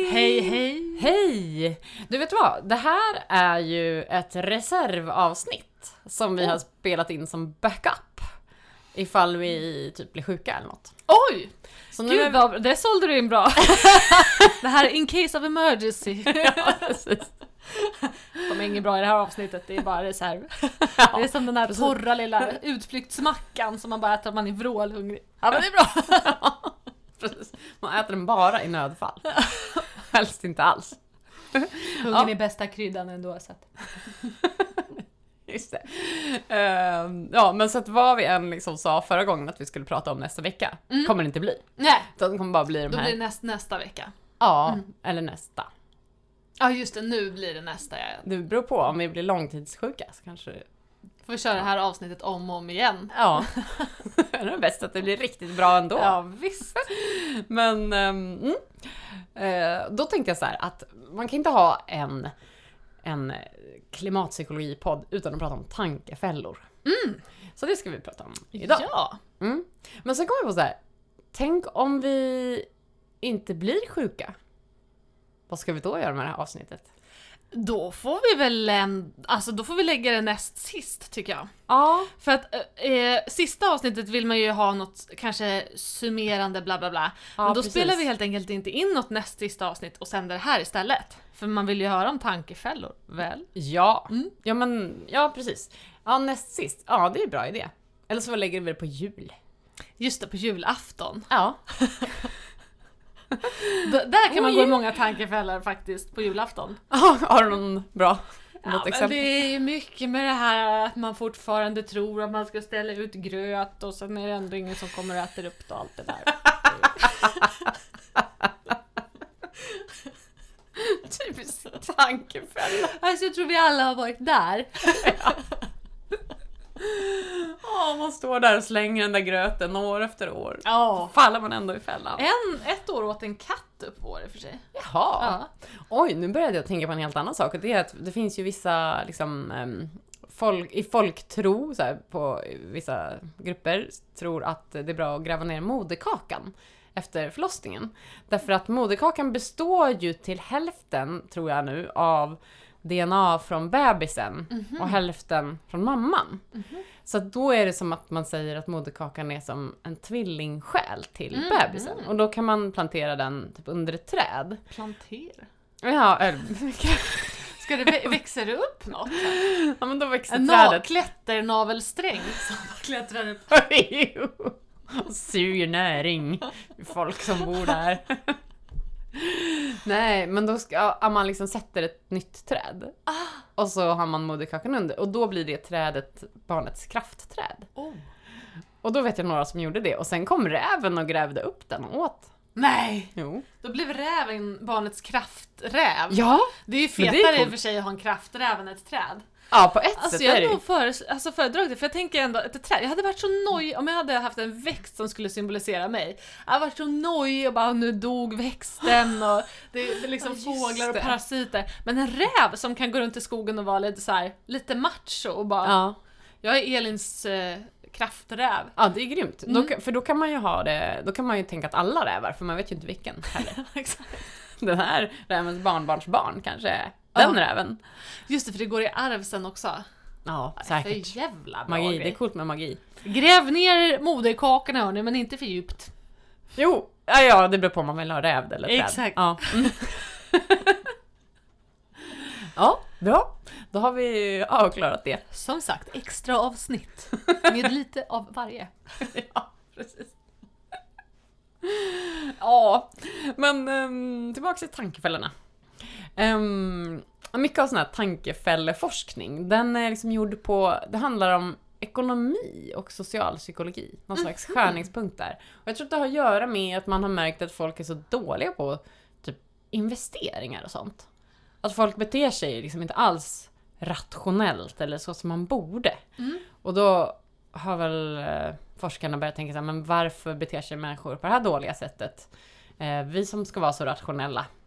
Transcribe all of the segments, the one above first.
Hej, hej! Hej! Du vet vad? Det här är ju ett reservavsnitt som vi har spelat in som backup. Ifall vi typ blir sjuka eller något. Oj! Så nu Gud, det sålde du in bra. Det här är in case of emergency. Ja, precis. De är inget bra i det här avsnittet, det är bara reserv. Ja, det är som den där torra lilla utflyktsmackan som man bara äter om man är vrålhungrig. Ja, men det är bra. Precis. Man äter den bara i nödfall. Helst inte alls. Hungern är bästa kryddan ändå. Så att. Just det. Ja, men så att vad vi än liksom sa förra gången att vi skulle prata om nästa vecka kommer det inte bli. Nej, Utan det kommer bara bli de då här. blir det nästa vecka. Ja, eller nästa. Ja, just det, nu blir det nästa. Det beror på, om vi blir långtidssjuka så kanske. Får vi köra det här avsnittet om och om igen. Ja, det är bäst att det blir riktigt bra ändå. Ja, visst. Men då tänkte jag så här att man kan inte ha en klimatpsykologipodd utan att prata om tankefällor. Så det ska vi prata om idag. Ja. Men sen kommer jag på så här, tänk om vi inte blir sjuka. Vad ska vi då göra med det här avsnittet? Då får vi väl då får vi lägga det näst sist, tycker jag. Ja. För att sista avsnittet vill man ju ha något kanske summerande bla bla bla. Ja, men då precis. spelar vi helt enkelt inte in något näst sista avsnitt och sänder det här istället. För man vill ju höra om tankefällor, väl? Ja. Ja, precis. Ja, näst sist. Ja, det är en bra idé. Eller så lägger vi det på jul. Just det, på julafton. Ja. Där kan man gå i många tankefällor faktiskt på julafton. Har du någon bra? Ja, Något men exempel? det är ju mycket med det här att man fortfarande tror att man ska ställa ut gröt och sen är det ändå ingen som kommer och äter upp det och allt det där. Typiskt tankefälla. Alltså jag tror vi alla har varit där. Man står där och slänger den där gröten år efter år. Ja. Faller man ändå i fällan. Ett år åt en katt upp var det för sig. Jaha. Ja. Oj, nu började jag tänka på en helt annan sak. Och det är att det finns ju vissa liksom, i folktro så här, på vissa grupper tror att det är bra att gräva ner moderkakan efter förlossningen. Därför att moderkakan består ju till hälften, tror jag nu, av DNA från bebisen och hälften från mamman. Så att då är det som att man säger att moderkakan är som en tvillingsjäl till bebisen. Och då kan man plantera den typ under ett träd. Plantera. Ja, Ska det växa upp något? ja, men då växer En trädet. klätternavelsträng som klättrar upp. Och suger näring. Folk som bor där. Nej, men då ska man liksom sätter ett nytt träd. Och så har man moderkakan under. Och då blir det trädet barnets kraftträd. Och då vet jag några som gjorde det. Och sen kom räven och grävde upp den och åt. Nej! Jo. Då blev räven barnets krafträv. Ja. Det är ju Men det är fetare i coolt. och för sig att ha en krafträv än ett träd. Ja, på ett Alltså sätt jag är har det. nog föredragit det, för jag tänker ändå att ett träd, jag hade varit så nojig om jag hade haft en växt som skulle symbolisera mig. Jag hade varit så nojig och bara nu dog växten och det är liksom Ja, just fåglar och det. parasiter. Men en räv som kan gå runt i skogen och vara lite så här, lite macho och bara, Ja. jag är Elins krafträv. Ja, det är grymt. För då kan man ju ha det, då kan man ju tänka att alla rävar, för man vet ju inte vilken heller. Exakt. Den här rävens barnbarnsbarn kanske är den räven. Just det, för det går i arv sen också. Ja, Det är säkert. jävla bra Magi, grej. det är coolt med magi. Gräv ner moderkakorna hörni, men inte för djupt. Jo, ja, det beror på om man vill ha räv eller träd. Exakt. Ja. Ja, bra. Då har vi avklarat det. Som sagt, extra avsnitt. Med lite av varje. Ja, precis. Ja, men tillbaka till tankefällorna. Mycket av sån här tankefälleforskning, den är liksom gjord på, det handlar om ekonomi och socialpsykologi, någon slags skärningspunkt där. Och jag tror att det har att göra med att man har märkt att folk är så dåliga på typ investeringar och sånt. Att folk beter sig liksom inte alls rationellt eller så som man borde. Och då har väl forskarna börjat tänka så här, men varför beter sig människor på det här dåliga sättet? Vi som ska vara så rationella.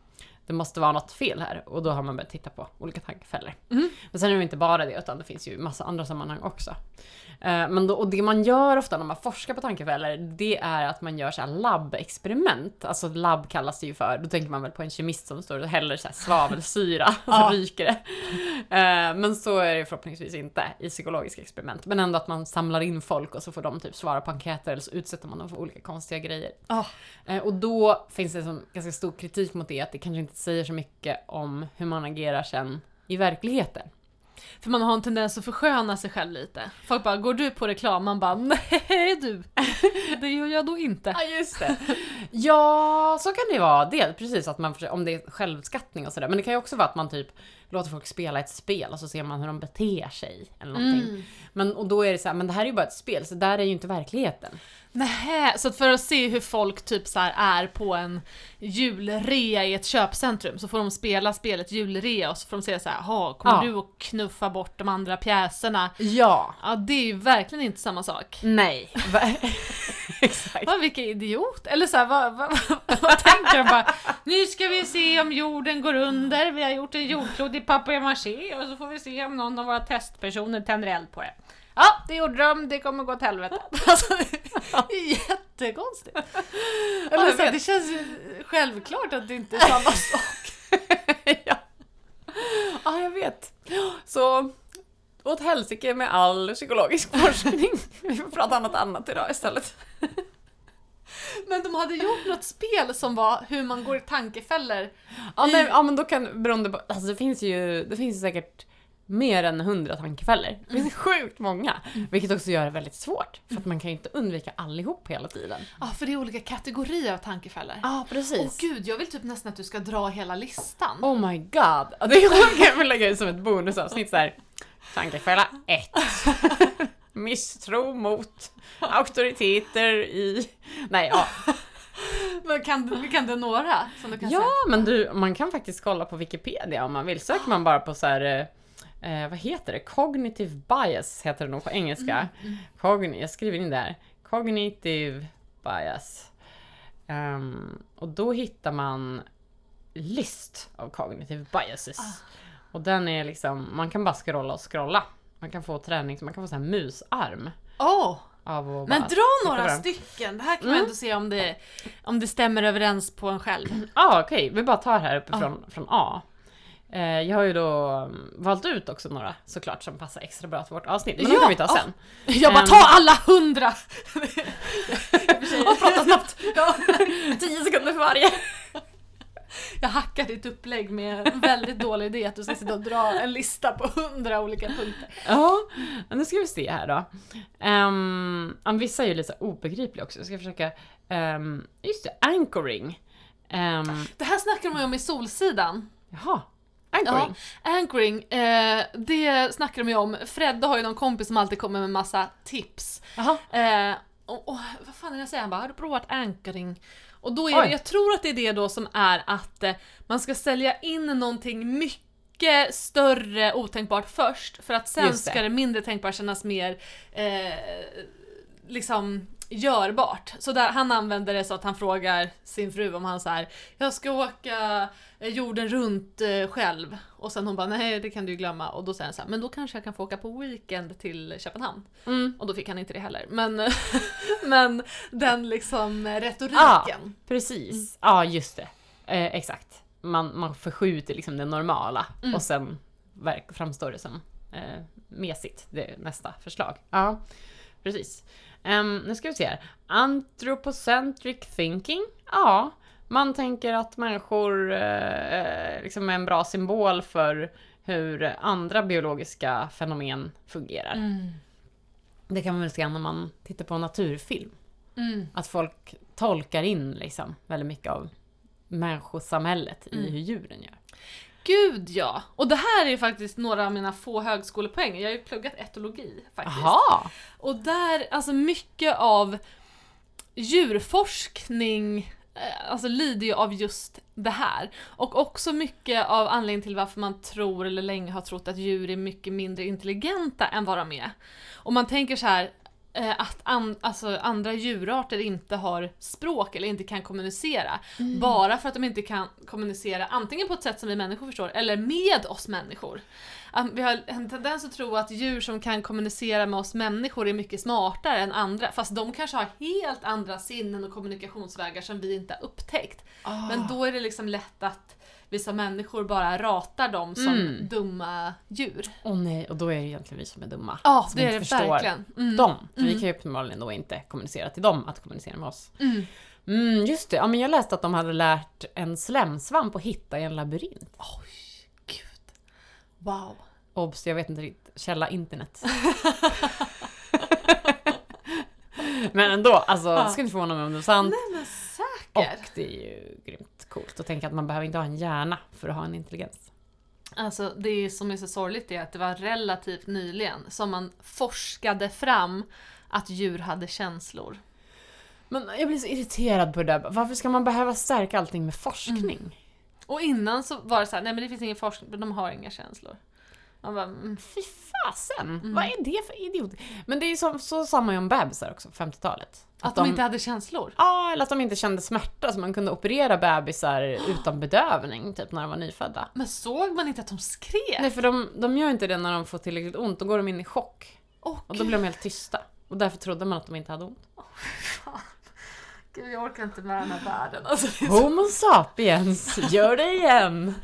det måste vara något fel här. Och då har man börjat titta på olika tankefällor. Men sen är det inte bara det, utan det finns ju massa andra sammanhang också. Och det man gör ofta när man forskar på tankefällor, det är att man gör så här labbexperiment. Alltså labb kallas det ju för. Då tänker man väl på en kemist som står och häller så här svavelsyra och så ryker det. Men så är det förhoppningsvis inte i psykologiska experiment. Men ändå att man samlar in folk och så får de typ svara på enkäter eller så utsätter man dem för olika konstiga grejer. Och då finns det som ganska stor kritik mot det, att det kanske inte säger så mycket om hur man agerar sen i verkligheten. För man har en tendens att försköna sig själv lite. Folk bara, går du på reklam? Man bara, nej du. Det gör jag då inte. Ja, just det. Ja, så kan det vara. Det precis att man om det är självskattning och sådär. Men det kan ju också vara att man typ låter folk spela ett spel och så ser man hur de beter sig eller någonting. Och då är det så här, men det här är ju bara ett spel, så där är ju inte verkligheten. Nej, så att för att se hur folk typ så här är på en julrea i ett köpcentrum, så får de spela spelet julrea och så får de säga så här, kommer du att knuffa bort de andra pjäserna? Ja. Ja, det är ju verkligen inte samma sak. Nej. Exakt. Vilken idiot. Eller så här, vad tänker de bara? Nu ska vi se om jorden går under. Vi har gjort en jordklot i papier-maché och så får vi se om någon av våra testpersoner tänder eld på det. Ja, det gjorde de. Det kommer gå åt helvete. Alltså, det är jättekonstigt. Eller så, det känns ju självklart att det inte är samma sak. Ja, jag vet. Så åt helsike med all psykologisk forskning. Vi får prata om något annat idag istället. Men de hade gjort något spel som var hur man går i tankefällor. Men då kan, beroende på, alltså det finns ju säkert mer än 100 tankefällor. Det finns sjukt många. Vilket också gör det väldigt svårt. För att man kan ju inte undvika allihop hela tiden. Ja, för det är olika kategorier av tankefällor. Ja, precis. Åh gud, jag vill typ nästan att du ska dra hela listan. Oh my god. Det kan jag lägga ut som ett bonusavsnitt så här. Tankefälla 1. Misstro mot auktoriteter i... Nej, ja. Men kan du några som du kan säga? Men man kan faktiskt kolla på Wikipedia om man vill. Söker man bara på så här... vad heter det? Cognitive bias heter det nog på engelska. Jag skriver in där. Cognitive bias. Och då hittar man list av cognitive biases. Och den är liksom, man kan bara scrolla. Man kan få träning, man kan få så här musarm. Men dra några stycken. Det här kan man ändå se om det stämmer överens på en själv. Okej. Vi bara tar här uppifrån från A. Jag har ju då valt ut också några såklart som passar extra bra till vårt avsnitt. Men de kan vi ta sen. Jag bara ta alla 100! Och prata snabbt. 10 sekunder för varje. Jag hackar ditt upplägg med en väldigt dålig idé att du ska sitta och dra en lista på 100 olika punkter. Ja, nu ska vi se här då. Vissa är ju lite obegripliga också. Jag ska försöka... just det, anchoring. Det här snackar man ju om i Solsidan. Jaha. Anchoring. Ja, anchoring, det snackar de ju om. Fred har ju någon kompis som alltid kommer med massa tips. Och vad fan är det jag säger? Han bara, har du provat anchoring? Och då är det, jag tror att det är det då som är att man ska sälja in någonting mycket större otänkbart först, för att sen ska det mindre tänkbart kännas mer liksom görbart. Så där han använder det så att han frågar sin fru om han så här: jag ska åka jorden runt själv. Och sen hon bara, nej det kan du ju glömma. Och då säger han så här, men då kanske jag kan få åka på weekend till Köpenhamn. Och då fick han inte det heller. Men den liksom retoriken. Ja, precis. Ja, just det. Exakt. Man förskjuter liksom det normala. Och sen framstår det som mesigt. Det är nästa förslag. Ja, precis. Nu ska vi se här. Anthropocentric thinking. Ja, man tänker att människor liksom är en bra symbol för hur andra biologiska fenomen fungerar. Det kan man väl se när man tittar på naturfilm. Att folk tolkar in liksom väldigt mycket av människosamhället i hur djuren gör. Gud ja, och det här är ju faktiskt några av mina få högskolepoäng. Jag har ju pluggat etologi faktiskt. Aha. Och där, alltså mycket av djurforskning alltså lider ju av just det här. Och också mycket av anledningen till varför man tror eller länge har trott att djur är mycket mindre intelligenta än vad de är. Och man tänker så här, att andra djurarter inte har språk eller inte kan kommunicera. Bara för att de inte kan kommunicera antingen på ett sätt som vi människor förstår eller med oss människor. Vi har en tendens att tro att djur som kan kommunicera med oss människor är mycket smartare än andra. Fast de kanske har helt andra sinnen och kommunikationsvägar som vi inte har upptäckt. Men då är det liksom lätt att vissa människor bara ratar dem som dumma djur. Nej, och då är det egentligen vi som är dumma. Ja, som det är inte det förstår verkligen. dem. För vi kan ju uppenbarligen då inte kommunicera till dem att kommunicera med oss. Just det. Ja, men jag läste att de hade lärt en slemsvamp att hitta i en labyrint. Oj, gud. Wow. Obs, jag vet inte riktigt. Källa internet. Men ändå, alltså, jag ska inte förvåna mig om det är sant. Nej, men säkert. Och det är ju grymt coolt att tänka att man behöver inte ha en hjärna för att ha en intelligens. Alltså det som är så sorgligt är att det var relativt nyligen som man forskade fram att djur hade känslor. Men jag blir så irriterad på det där. Varför ska man behöva stärka allting med forskning? Och innan så var det så här, nej men det finns ingen forskning, men de har inga känslor. Man bara, Fy fasen, vad är det för idiot? Men det är ju så sa man ju om bebisar också, 50-talet. att de inte hade känslor. Ja, eller att de inte kände smärta så man kunde operera bebisar utan bedövning, typ när de var nyfödda. Men såg man inte att de skrek? Nej, för de gör inte det när de får tillräckligt ont, då går de in i chock. Och då blir de helt tysta. Och därför trodde man att de inte hade ont. Gud, jag orkar inte med den här världen. Alltså, Homo sapiens, gör det igen!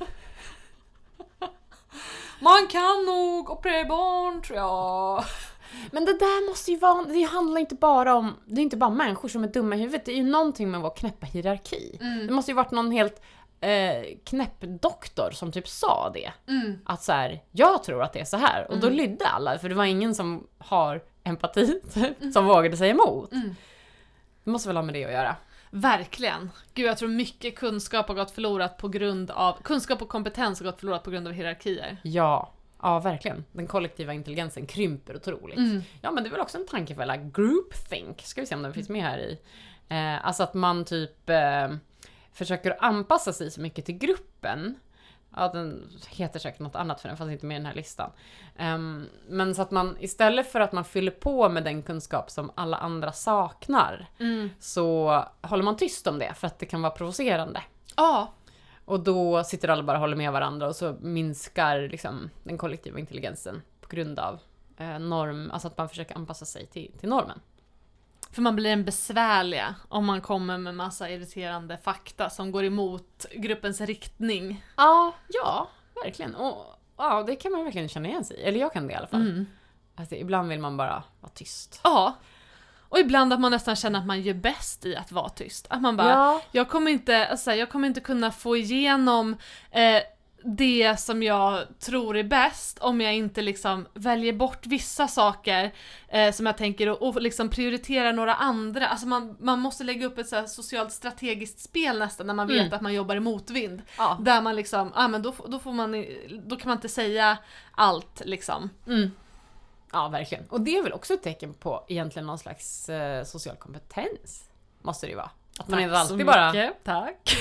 man kan nog operera barn, tror jag. Men det där måste ju vara, det handlar inte bara om, det är inte bara människor som är dumma i huvudet, det är ju någonting med vår knäppa hierarki. Det måste ju varit någon helt knäpp doktor som typ sa det. Att så här, jag tror att det är så här. Och då lydde alla, för det var ingen som har empati som vågade säga emot. Det måste väl ha med det att göra. Verkligen. Gud, jag tror mycket kunskap har gått förlorat på grund av, kunskap och kompetens har gått förlorat på grund av hierarkier. Ja, verkligen. Den kollektiva intelligensen krymper otroligt. Ja, men det är väl också en tankefälla. Groupthink, ska vi se om den finns med här i. Alltså att man typ försöker anpassa sig så mycket till gruppen. Ja, den heter säkert något annat för den fanns inte med i den här listan. Men så att man istället för att man fyller på med den kunskap som alla andra saknar så håller man tyst om det för att det kan vara provocerande. Ja. Och då sitter alla bara och håller med varandra och så minskar liksom den kollektiva intelligensen på grund av norm, alltså att man försöker anpassa sig till normen. För man blir en besvärliga om man kommer med massa irriterande fakta som går emot gruppens riktning. Ja, verkligen. Och ja, det kan man verkligen känna igen sig i. Eller jag kan det i alla fall. Alltså, ibland vill man bara vara tyst. Ja. Och ibland att man nästan känner att man gör bäst i att vara tyst. Att man bara, jag kommer inte kunna få igenom det som jag tror är bäst om jag inte liksom väljer bort vissa saker som jag tänker och liksom prioriterar några andra. Alltså man måste lägga upp ett så här socialt strategiskt spel nästan när man vet att man jobbar i motvind. Ja. Där man liksom, men då kan man inte säga allt liksom. Ja, verkligen. Och det är väl också ett tecken på egentligen någon slags social kompetens. Måste det ju vara. Att man inte alltid bara... Tack.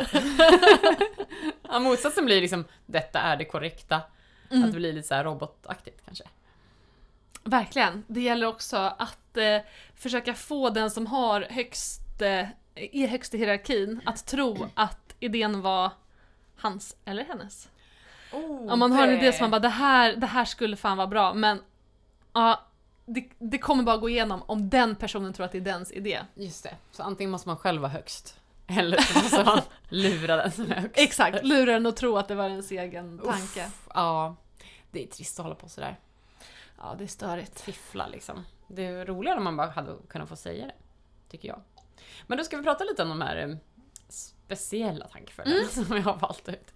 Ja, motsatsen blir liksom, detta är det korrekta. Att det blir lite så här robotaktigt kanske. Verkligen. Det gäller också att försöka få den som har är högst i hierarkin att tro att idén var hans eller hennes. Om man har en idé som man bara, det här skulle fan vara bra, men det kommer bara gå igenom om den personen tror att det är dens idé. Just det. Så antingen måste man själv vara högst. Eller så måste man lura den som är högst. Exakt, lura den och tro att det var ens egen tanke. Ja, det är trist att hålla på sådär. Ja, det är störigt. Fiffla liksom. Det är roligare om man bara hade kunnat få säga det, tycker jag. Men då ska vi prata lite om de här speciella tankeföljarna som jag har valt ut.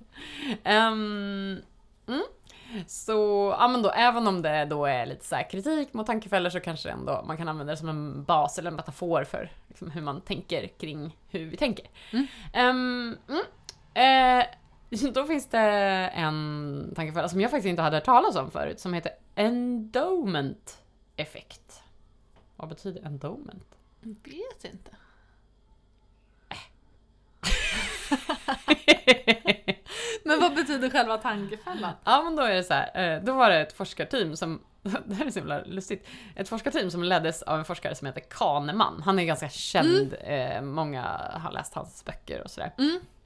Så, ja men då, även om det då är lite så här kritik mot tankefällor så kanske ändå man kan använda det som en bas eller en metafor för liksom, hur man tänker kring hur vi tänker. Då finns det en tankefälla som jag faktiskt inte hade hört talas om förut som heter endowment-effekt. Vad betyder endowment? Jag vet inte. Men vad betyder själva tankefällan? Ja, men då är det så här, då var det ett forskarteam som det här är så himla lustigt. Ett forskarteam som leddes av en forskare som heter Kahneman. Han är ganska känd, många har läst hans böcker och sådär.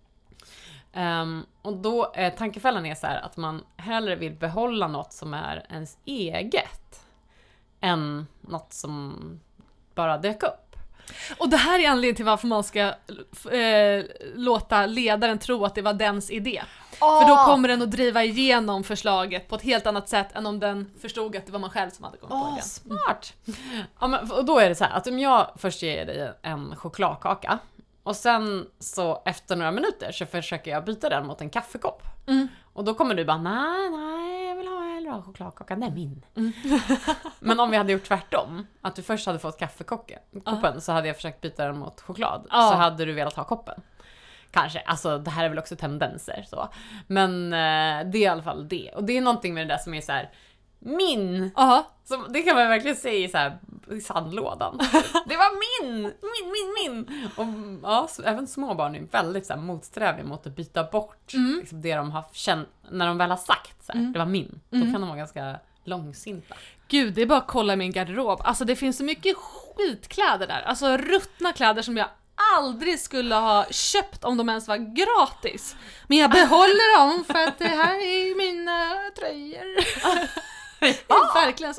Och då, tankefällan är så här att man hellre vill behålla något som är ens eget än något som bara dök upp. Och det här är anledningen till varför man ska låta ledaren tro att det var dens idé. För då kommer den att driva igenom förslaget på ett helt annat sätt än om den förstod att det var man själv som hade kommit på idén. Smart! Ja, men, och då är det så här att om jag först ger dig en chokladkaka och sen så efter några minuter så försöker jag byta den mot en kaffekopp. Och då kommer du bara, nej, jag vill ha chokladkaka, det är min. Men om vi hade gjort tvärtom, att du först hade fått kaffekoppen så hade jag försökt byta den mot choklad. Så hade du velat ha koppen. Kanske, alltså det här är väl också tendenser så. Men det är i alla fall det. Och det är någonting med det där som är så här min. Som, det kan man verkligen säga så här, i sandlådan. Det var min. Och ja, så, även små barn är väldigt så här, motsträviga mot att byta bort liksom, det de har känt när de väl har sagt så här, det var min. Då kan de vara ganska långsinta. Gud, det är bara att kolla i min garderob. Alltså det finns så mycket skitkläder där. Alltså ruttna kläder som jag aldrig skulle ha köpt om de ens var gratis. Men jag behåller dem för att det här är mina tröjor. Verkligen så,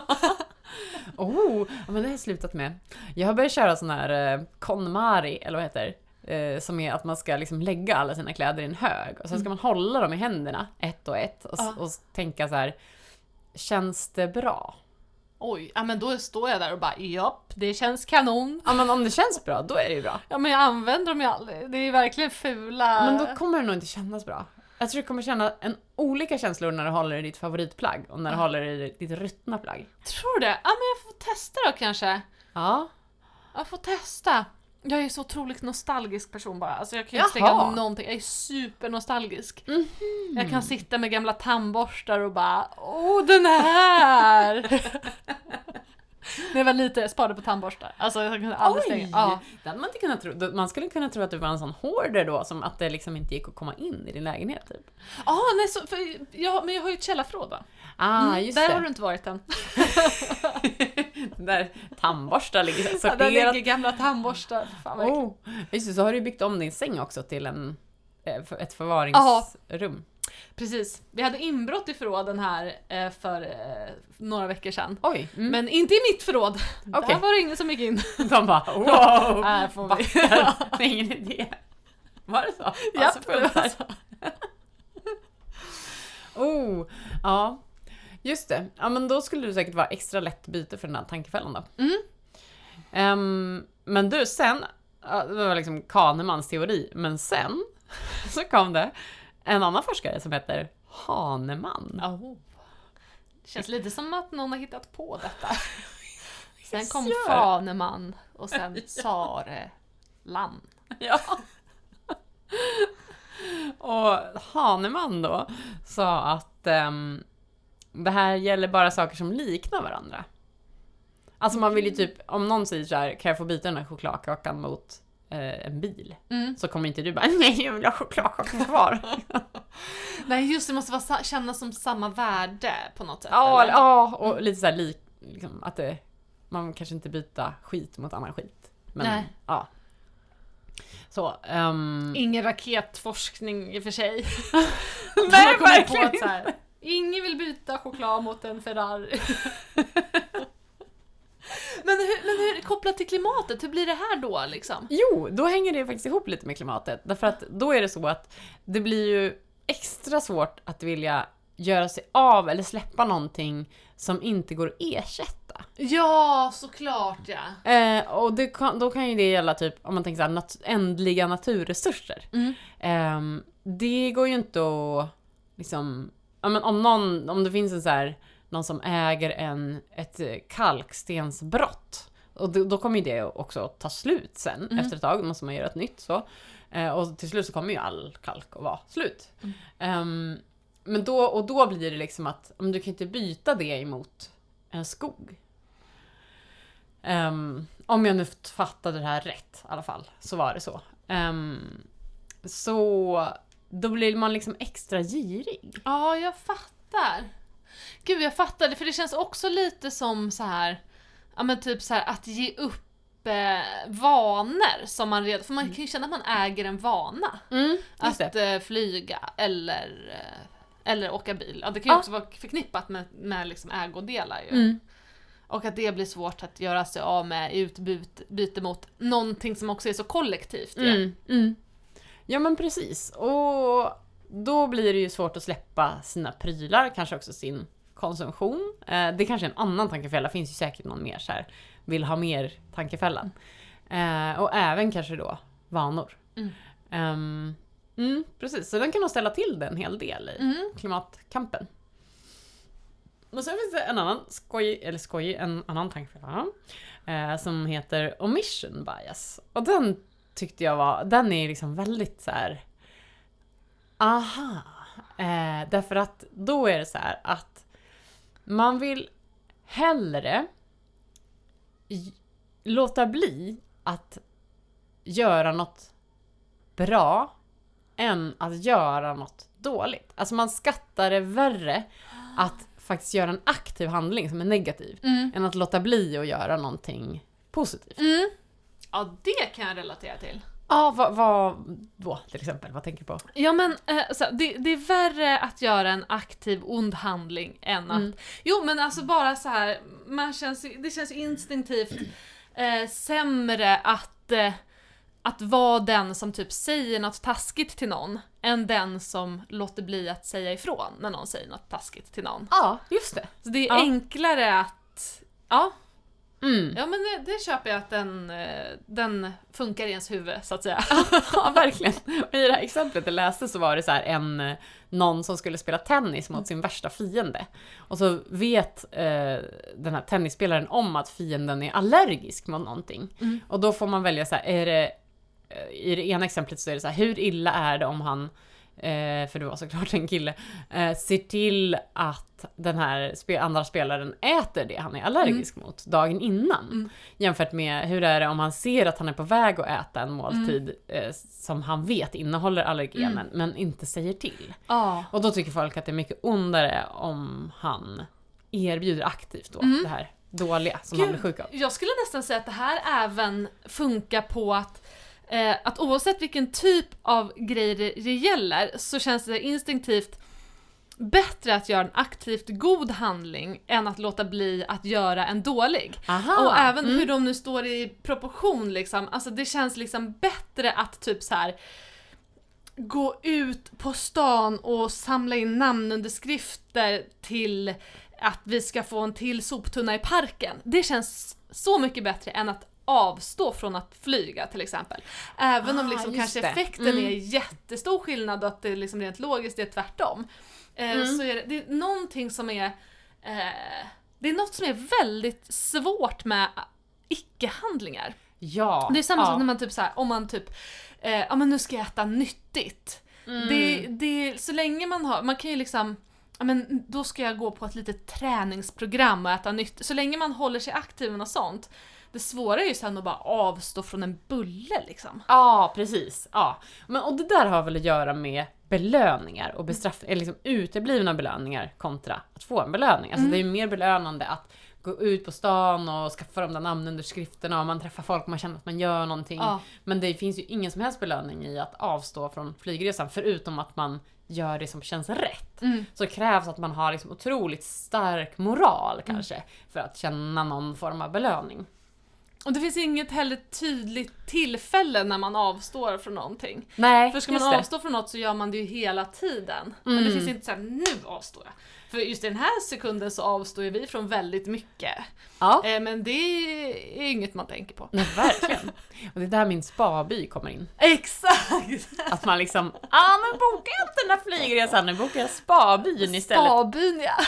men det har jag slutat med. Jag har börjat köra sån här KonMari, eller vad heter det? Som är att man ska liksom lägga alla sina kläder i en hög. Och sen ska man hålla dem i händerna, ett och ett. Och tänka så här, känns det bra? Oj, ja men då står jag där och bara, japp, det känns kanon. Ja, men om det känns bra, då är det ju bra. Ja, men jag använder dem ju aldrig. Det är verkligen fula. Men då kommer det nog inte kännas bra. Jag tror du kommer känna olika känslor när du håller i ditt favoritplagg och när du håller i ditt ruttna plagg. Tror du det? Ja, men jag får testa då kanske. Ja. Jag får testa. Jag är så otroligt nostalgisk person bara. Alltså jag kan ju inte slänga någonting. Jag är supernostalgisk. Jag kan sitta med gamla tandborstar och bara, den här! När jag var lite, jag sparade på tandborstar. Alltså jag kunde aldrig slänga. Det hade man inte kunnat tro. Man skulle kunna tro att du var en sån hoarder då, som att det liksom inte gick att komma in i din lägenhet typ. Nej, men jag har ju ett källarförråd va? Just där det. har du inte varit än. Där tandborstar ligger sorterat. Där ligger gamla tandborstar. Fan, just det, så har du byggt om din säng också till ett förvaringsrum. Precis. Vi hade inbrott i förråden här för några veckor sedan. Men inte i mitt förråd. Där var det ingen som gick in. De bara, wow, här får vi. Det är ingen idé. Var det så? Ja, alltså, det var så. Ja. Just det. Ja, men då skulle du säkert vara extra lätt byte för den här tankefällan då. Men du, sen, det var liksom Kahnemans teori, men sen så kom det en annan forskare som heter Hahnemann. Det känns lite som att någon har hittat på detta. Sen kom Fahnemann och sen Sareland. Ja. Och Hahnemann då sa att det här gäller bara saker som liknar varandra. Alltså man vill ju typ, om någon säger så här, kan jag få byta den här chokladkakan mot en bil? Så kommer inte du bara, nej jag vill ha chokladkakan kvar. Nej just det, måste kännas som samma värde på något sätt. Ja, och lite så här liksom, att man kanske inte byta skit mot annan skit. Men nej. Ja. Så, ingen raketforskning i och för sig. Nej, verkligen så här, ingen vill byta choklad mot en Ferrari. Men hur kopplat till klimatet, hur blir det här då liksom? Jo, då hänger det faktiskt ihop lite med klimatet. Därför att då är det så att det blir ju extra svårt att vilja göra sig av eller släppa någonting som inte går att ersätta. Ja, såklart ja. Och då kan ju det gälla typ, om man tänker så här, ändliga naturresurser. Det går ju inte att liksom, ja, men om det finns en så här, någon som äger ett kalkstensbrott, och då kommer ju det också ta slut sen efter ett tag, då måste man göra ett nytt så. Och till slut så kommer ju all kalk att vara slut. Men då blir det liksom att om du kan inte byta det emot en skog. Om jag nu fattade det här rätt i alla fall, så var det så. Så då blir man liksom extra girig. Ja, jag fattar. Gud, jag fattar det, för det känns också lite som så här, ja men typ så här att ge upp vanor som man redan, för man kan ju känna att man äger en vana att flyga eller åka bil. Ja, det kan ju också vara förknippat med liksom ägodelar ju. Och att det blir svårt att göra sig av med i utbyte mot någonting som också är så kollektivt. Ja men precis, och då blir det ju svårt att släppa sina prylar, kanske också sin konsumtion. Det kanske är en annan tankefälla, finns ju säkert någon mer så här, vill ha mer tankefällan. Och även kanske då vanor. Precis, så den kan nog ställa till det en hel del i klimatkampen. Och sen finns det en annan en annan tankefälla som heter omission bias. Och den tyckte jag den är liksom väldigt så här. Därför att då är det så här att man vill hellre låta bli att göra något bra än att göra något dåligt. Alltså man skattar det värre att faktiskt göra en aktiv handling som är negativ än att låta bli att göra någonting positivt. Ja, det kan jag relatera till. Ja, vad då till exempel? Vad tänker du på? Ja, men det är värre att göra en aktiv ond handling än att... Jo, men alltså bara så här, det känns instinktivt sämre att vara den som typ säger något taskigt till någon än den som låter bli att säga ifrån när någon säger något taskigt till någon. Ja, just det. Så det är enklare att... Ja. Ja, men det köper jag att den funkar i ens huvud, så att säga. Ja, verkligen. Och i det här exemplet jag läste så var det så här någon som skulle spela tennis mot sin värsta fiende. Och så vet den här tennisspelaren om att fienden är allergisk mot någonting. Och då får man välja så här, i det ena exemplet så är det så här, hur illa är det om han, för det var såklart en kille, ser till att den här andra spelaren äter det han är allergisk mot dagen innan. Jämfört med hur är det om han ser att han är på väg att äta en måltid som han vet innehåller allergenen men inte säger till. Och då tycker folk att det är mycket ondare om han erbjuder aktivt då det här dåliga som han blir sjuk av. Jag skulle nästan säga att det här även funkar på att oavsett vilken typ av grejer det gäller så känns det instinktivt bättre att göra en aktivt god handling än att låta bli att göra en dålig. Och även hur de nu står i proportion liksom, alltså det känns liksom bättre att typ så här gå ut på stan och samla in namnunderskrifter till att vi ska få en till soptunna i parken. Det känns så mycket bättre än att avstå från att flyga till exempel. Även om liksom kanske effekten är jättestor skillnad och att det liksom rent logiskt är tvärtom. Så är det är någonting som är det är något som är väldigt svårt med icke-handlingar. Ja. Det är samma sak när man typ så här, om man typ ja men nu ska jag äta nyttigt. Det så länge man kan ju liksom, ja men då ska jag gå på ett litet träningsprogram och äta nyttigt. Så länge man håller sig aktiv med något sånt. Det svåra är ju sen att bara avstå från en bulle liksom. Ja, precis. Ja. Men, och det där har väl att göra med belöningar och bestraffningar, liksom uteblivna belöningar kontra att få en belöning. Alltså det är ju mer belönande att gå ut på stan och skaffa de där namnunderskrifterna och man träffar folk och man känner att man gör någonting. Men det finns ju ingen som helst belöning i att avstå från flygresan förutom att man gör det som känns rätt. Så det krävs att man har liksom otroligt stark moral kanske för att känna någon form av belöning. Och det finns inget heller tydligt tillfälle när man avstår från någonting. Nej, för ska man avstå från något så gör man det ju hela tiden. Men det finns inte så här, nu avstår jag. För just i den här sekunden så avstår ju vi från väldigt mycket. Men det är inget man tänker på. Nej, verkligen. Och det är där min spaby kommer in. Exakt! Att man liksom, men bokar jag inte den här flygresan, nu bokar jag spabyn istället. Spabyn, ja.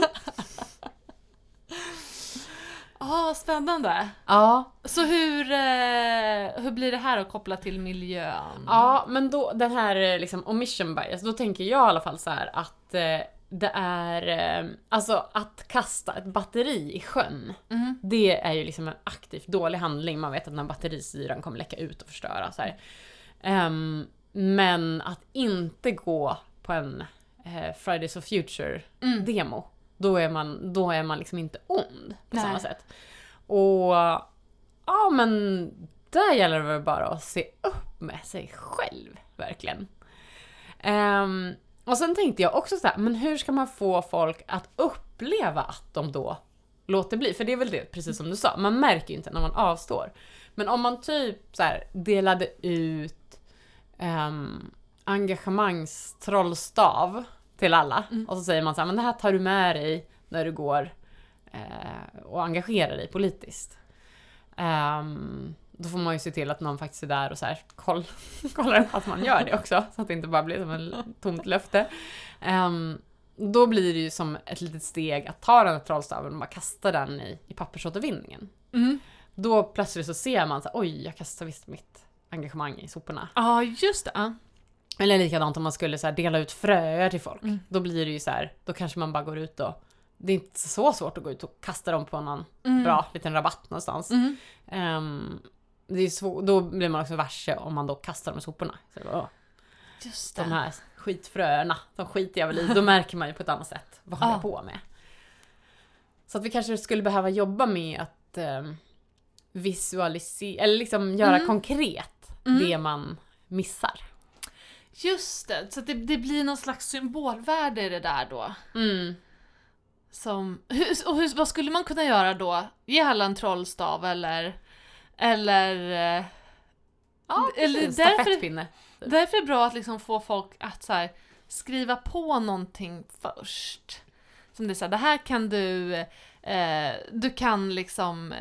Spännande. Ja. Så hur blir det här att koppla till miljön? Ja, men då den här liksom omission bias, då tänker jag i alla fall så här att det är alltså att kasta ett batteri i sjön. Det är ju liksom en aktivt dålig handling. Man vet att när batterisyran kommer läcka ut och förstöra så här. Men att inte gå på en Fridays for Future demo, då är man liksom inte ond på samma sätt. Och ja, men där gäller det väl bara att se upp med sig själv, verkligen. Och sen tänkte jag också så här, men hur ska man få folk att uppleva att de då låter bli? För det är väl det, precis som du sa, man märker ju inte när man avstår. Men om man typ så här delade ut engagemangstrollstav till alla, och så säger man så här, men det här tar du med dig när du går och engagerar dig politiskt. Då får man ju se till att någon faktiskt är där och så här kollar att man gör det också, så att det inte bara blir som en tomt löfte. Då blir det ju som ett litet steg att ta den här trollstaven och bara kasta den i pappersåtervinningen. Då plötsligt så ser man så här, oj, jag kastar visst mitt engagemang i soporna. Ja, just det. Eller likadant om man skulle så här dela ut fröer till folk. Då blir det ju så här, då kanske man bara går ut och det är inte så svårt att gå ut och kasta dem på någon bra liten rabatt någonstans. Det är då blir man också varse om man då kastar dem i soporna. Så, just det. De här skitfröerna, de skiter jag väl i. Då märker man ju på ett annat sätt vad håller jag på med. Så att vi kanske skulle behöva jobba med att visualisera, eller liksom göra konkret det man missar. Just det, så det blir någon slags symbolvärde i det där då. Vad skulle man kunna göra då? Ge alla en trollstav eller stafettpinne. Därför är det bra att liksom få folk att så här, skriva på någonting först. Som det är så här, det här kan du kan liksom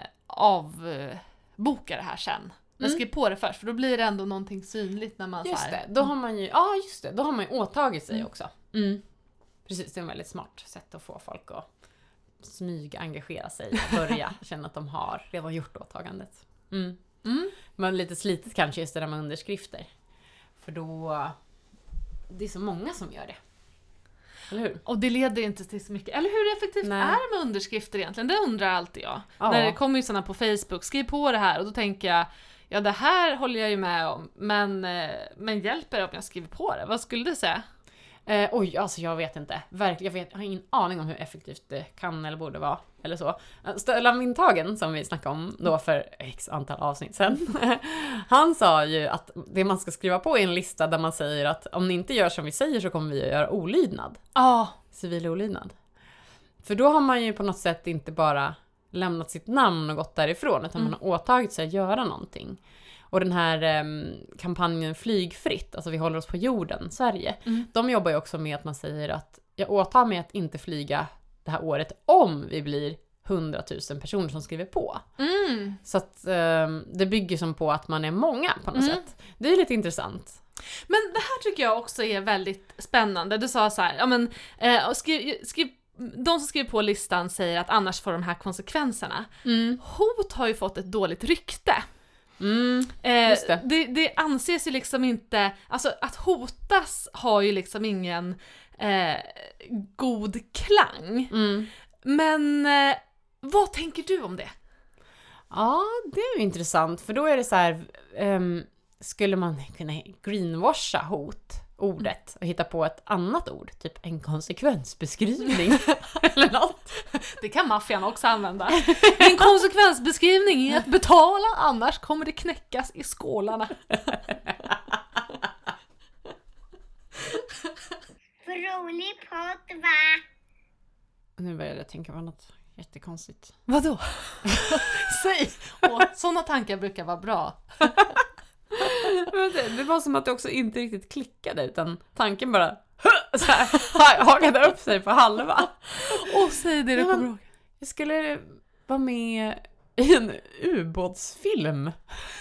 avboka det här sen. Men skriv på det först, för då blir det ändå någonting synligt när man just så här, det, då har man ju då har man ju åtagit sig också. Precis, det är en väldigt smart sätt att få folk att smyga engagera sig och börja känna att de har redan gjort åtagandet. Men lite slitet kanske just det där med underskrifter. För då det är så många som gör det. Eller hur? Och det leder inte till så mycket. Eller hur effektivt är det med underskrifter egentligen? Det undrar alltid jag. Ja. När det kommer ju sådana på Facebook, skriv på det här. Och då tänker jag, ja det här håller jag ju med om. Men hjälper det om jag skriver på det? Vad skulle du säga? Alltså jag vet inte. Verkligen, jag har ingen aning om hur effektivt det kan eller borde vara. Eller så. Stellan Windhagen, som vi snackade om då för x antal avsnitt sedan. Han sa ju att det man ska skriva på är en lista där man säger att om ni inte gör som vi säger så kommer vi att göra olydnad. Civil olydnad. För då har man ju på något sätt inte bara lämnat sitt namn och gått därifrån, utan man har åtagit sig att göra någonting. Och den här kampanjen Flygfritt, alltså vi håller oss på jorden, Sverige, de jobbar ju också med att man säger att jag åtar mig att inte flyga det här året om vi blir 100 000 personer som skriver på. Så att det bygger som på att man är många på något sätt. Det är lite intressant. Men det här tycker jag också är väldigt spännande. Du sa så här, ja men de som skriver på listan säger att annars får de här konsekvenserna. Hot har ju fått ett dåligt rykte. Just det. Det anses ju liksom inte, alltså att hotas har ju liksom ingen god klang. Men vad tänker du om det? Ja, det är ju intressant, för då är det så här, skulle man kunna greenwasha ordet och hitta på ett annat ord, typ en konsekvensbeskrivning eller något. Det kan maffian också använda. En konsekvensbeskrivning är att betala, annars kommer det knäckas i skålarna. Rolig podd, va? Nu började jag tänka på något jättekonstigt. Vadå? Säg! Sådana tankar brukar vara bra. Det var som att det också inte riktigt klickade, utan tanken bara så här, hakade upp sig på halva. Säg det du kommer ihåg. Jag skulle vara med i en ubåtsfilm.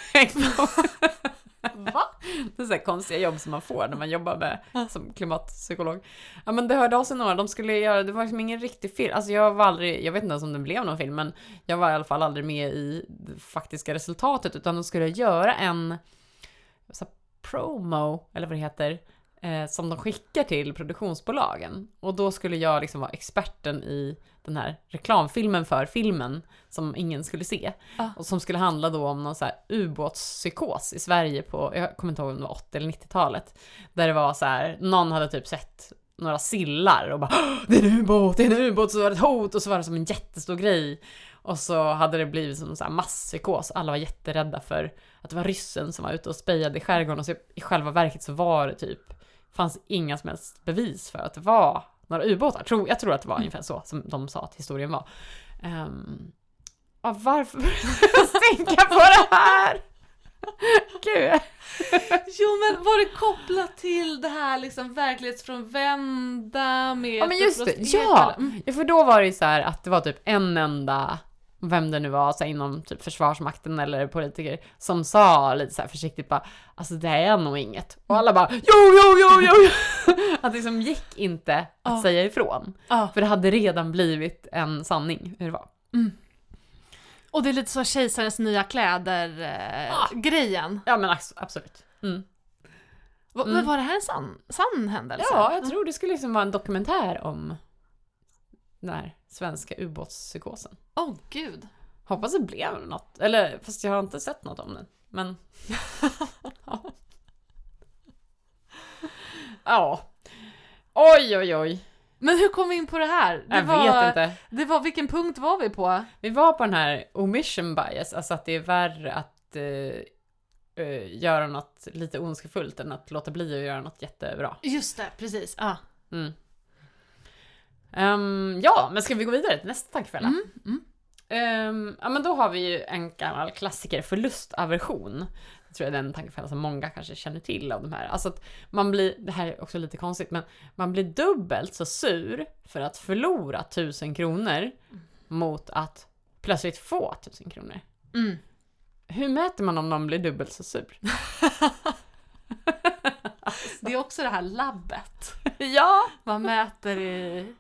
Va? Det är så här konstiga jobb som man får när man jobbar med som klimatpsykolog. Ja, men det hörde av sig några, de skulle göra, det var liksom ingen riktig film. Alltså jag vet inte ens om det blev någon film, men jag var i alla fall aldrig med i det faktiska resultatet, utan de skulle göra en så här promo, eller vad det heter, som de skickar till produktionsbolagen. Och då skulle jag liksom vara experten i den här reklamfilmen för filmen som ingen skulle se. Och som skulle handla då om någon så här ubåtspsykos i Sverige på, jag kommer inte ihåg om det var 80- eller 90-talet. Där det var så här, någon hade typ sett några sillar och bara det är en ubåt, så var det ett hot och så var det som en jättestor grej. Och så hade det blivit som en sån här masspsykos. Alla var jätterädda för att det var ryssen som var ute och spejade i skärgården. Och så i själva verket så var det typ, fanns inga som helst bevis för att det var några ubåtar. Jag tror att det var ungefär så som de sa att historien var. Varför tänka på det här? Gud. Jo, men var det kopplat till det här liksom verklighetsfrånvända med... Ja, men just det. Ja, för då var det ju så här att det var typ en enda, vem det nu var, så här, inom typ försvarsmakten eller politiker, som sa lite så här försiktigt bara, alltså det är nog inget. Och alla bara, jo. Att det liksom gick inte att säga ifrån. För det hade redan blivit en sanning hur det var. Och det är lite så kejsarens nya kläder-grejen. Ja, men absolut. Men var det här en sann händelse? Ja, jag tror det skulle liksom vara en dokumentär om den här svenska ubåtspsykosen. Gud. Hoppas det blev något. Eller, fast jag har inte sett något om den. Men... ja. Oj. Men hur kom vi in på det här? Vet inte. Vilken punkt var vi på? Vi var på den här omission bias. Alltså att det är värre att göra något lite ondskefullt än att låta bli att göra något jättebra. Just det, precis. Ja, men ska vi gå vidare till nästa tankefälla? Ja, men då har vi ju en gammal klassiker, förlustaversion. Jag tror jag är den tankefälla som många kanske känner till av de här. Alltså att man blir, det här är också lite konstigt, men man blir dubbelt så sur för att förlora 1000 kronor mot att plötsligt få 1000 kronor. Hur mäter man om någon blir dubbelt så sur? Det är också det här labbet. Ja! Man mäter i...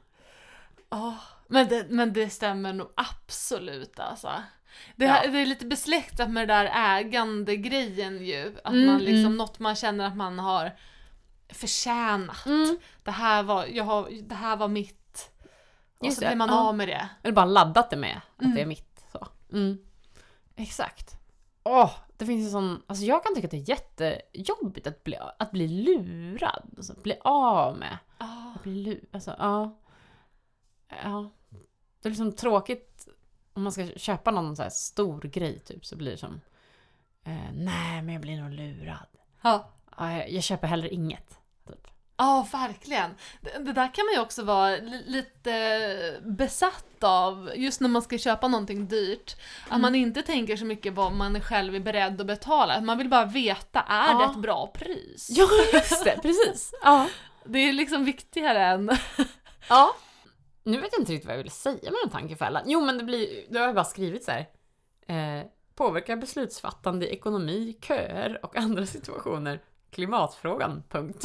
Men det stämmer nog absolut alltså. Det är lite besläktat med det där ägande-grejen ju. Att man liksom, något man känner att man har förtjänat. Det här var mitt. Och just så blir man av med det. Eller bara laddat det med att det är mitt. Så. Exakt. Det finns ju sån... Alltså jag kan tycka att det är jättejobbigt att bli lurad. Alltså bli av med. Att bli alltså, det är liksom tråkigt om man ska köpa någon så här stor grej typ, så blir det som nej, men jag blir nog lurad. Jag köper heller inget typ. Verkligen. Det där kan man ju också vara lite besatt av just när man ska köpa någonting dyrt. Att man inte tänker så mycket vad man är själv är beredd att betala. Man vill bara veta, är det ett bra pris? Ja, just det, precis. Det är liksom viktigare än... Nu vet jag inte riktigt vad jag ville säga med en tankefälla. Jo, men det har jag bara skrivit så här. Påverkar beslutsfattande i ekonomi, köer och andra situationer. Klimatfrågan, punkt.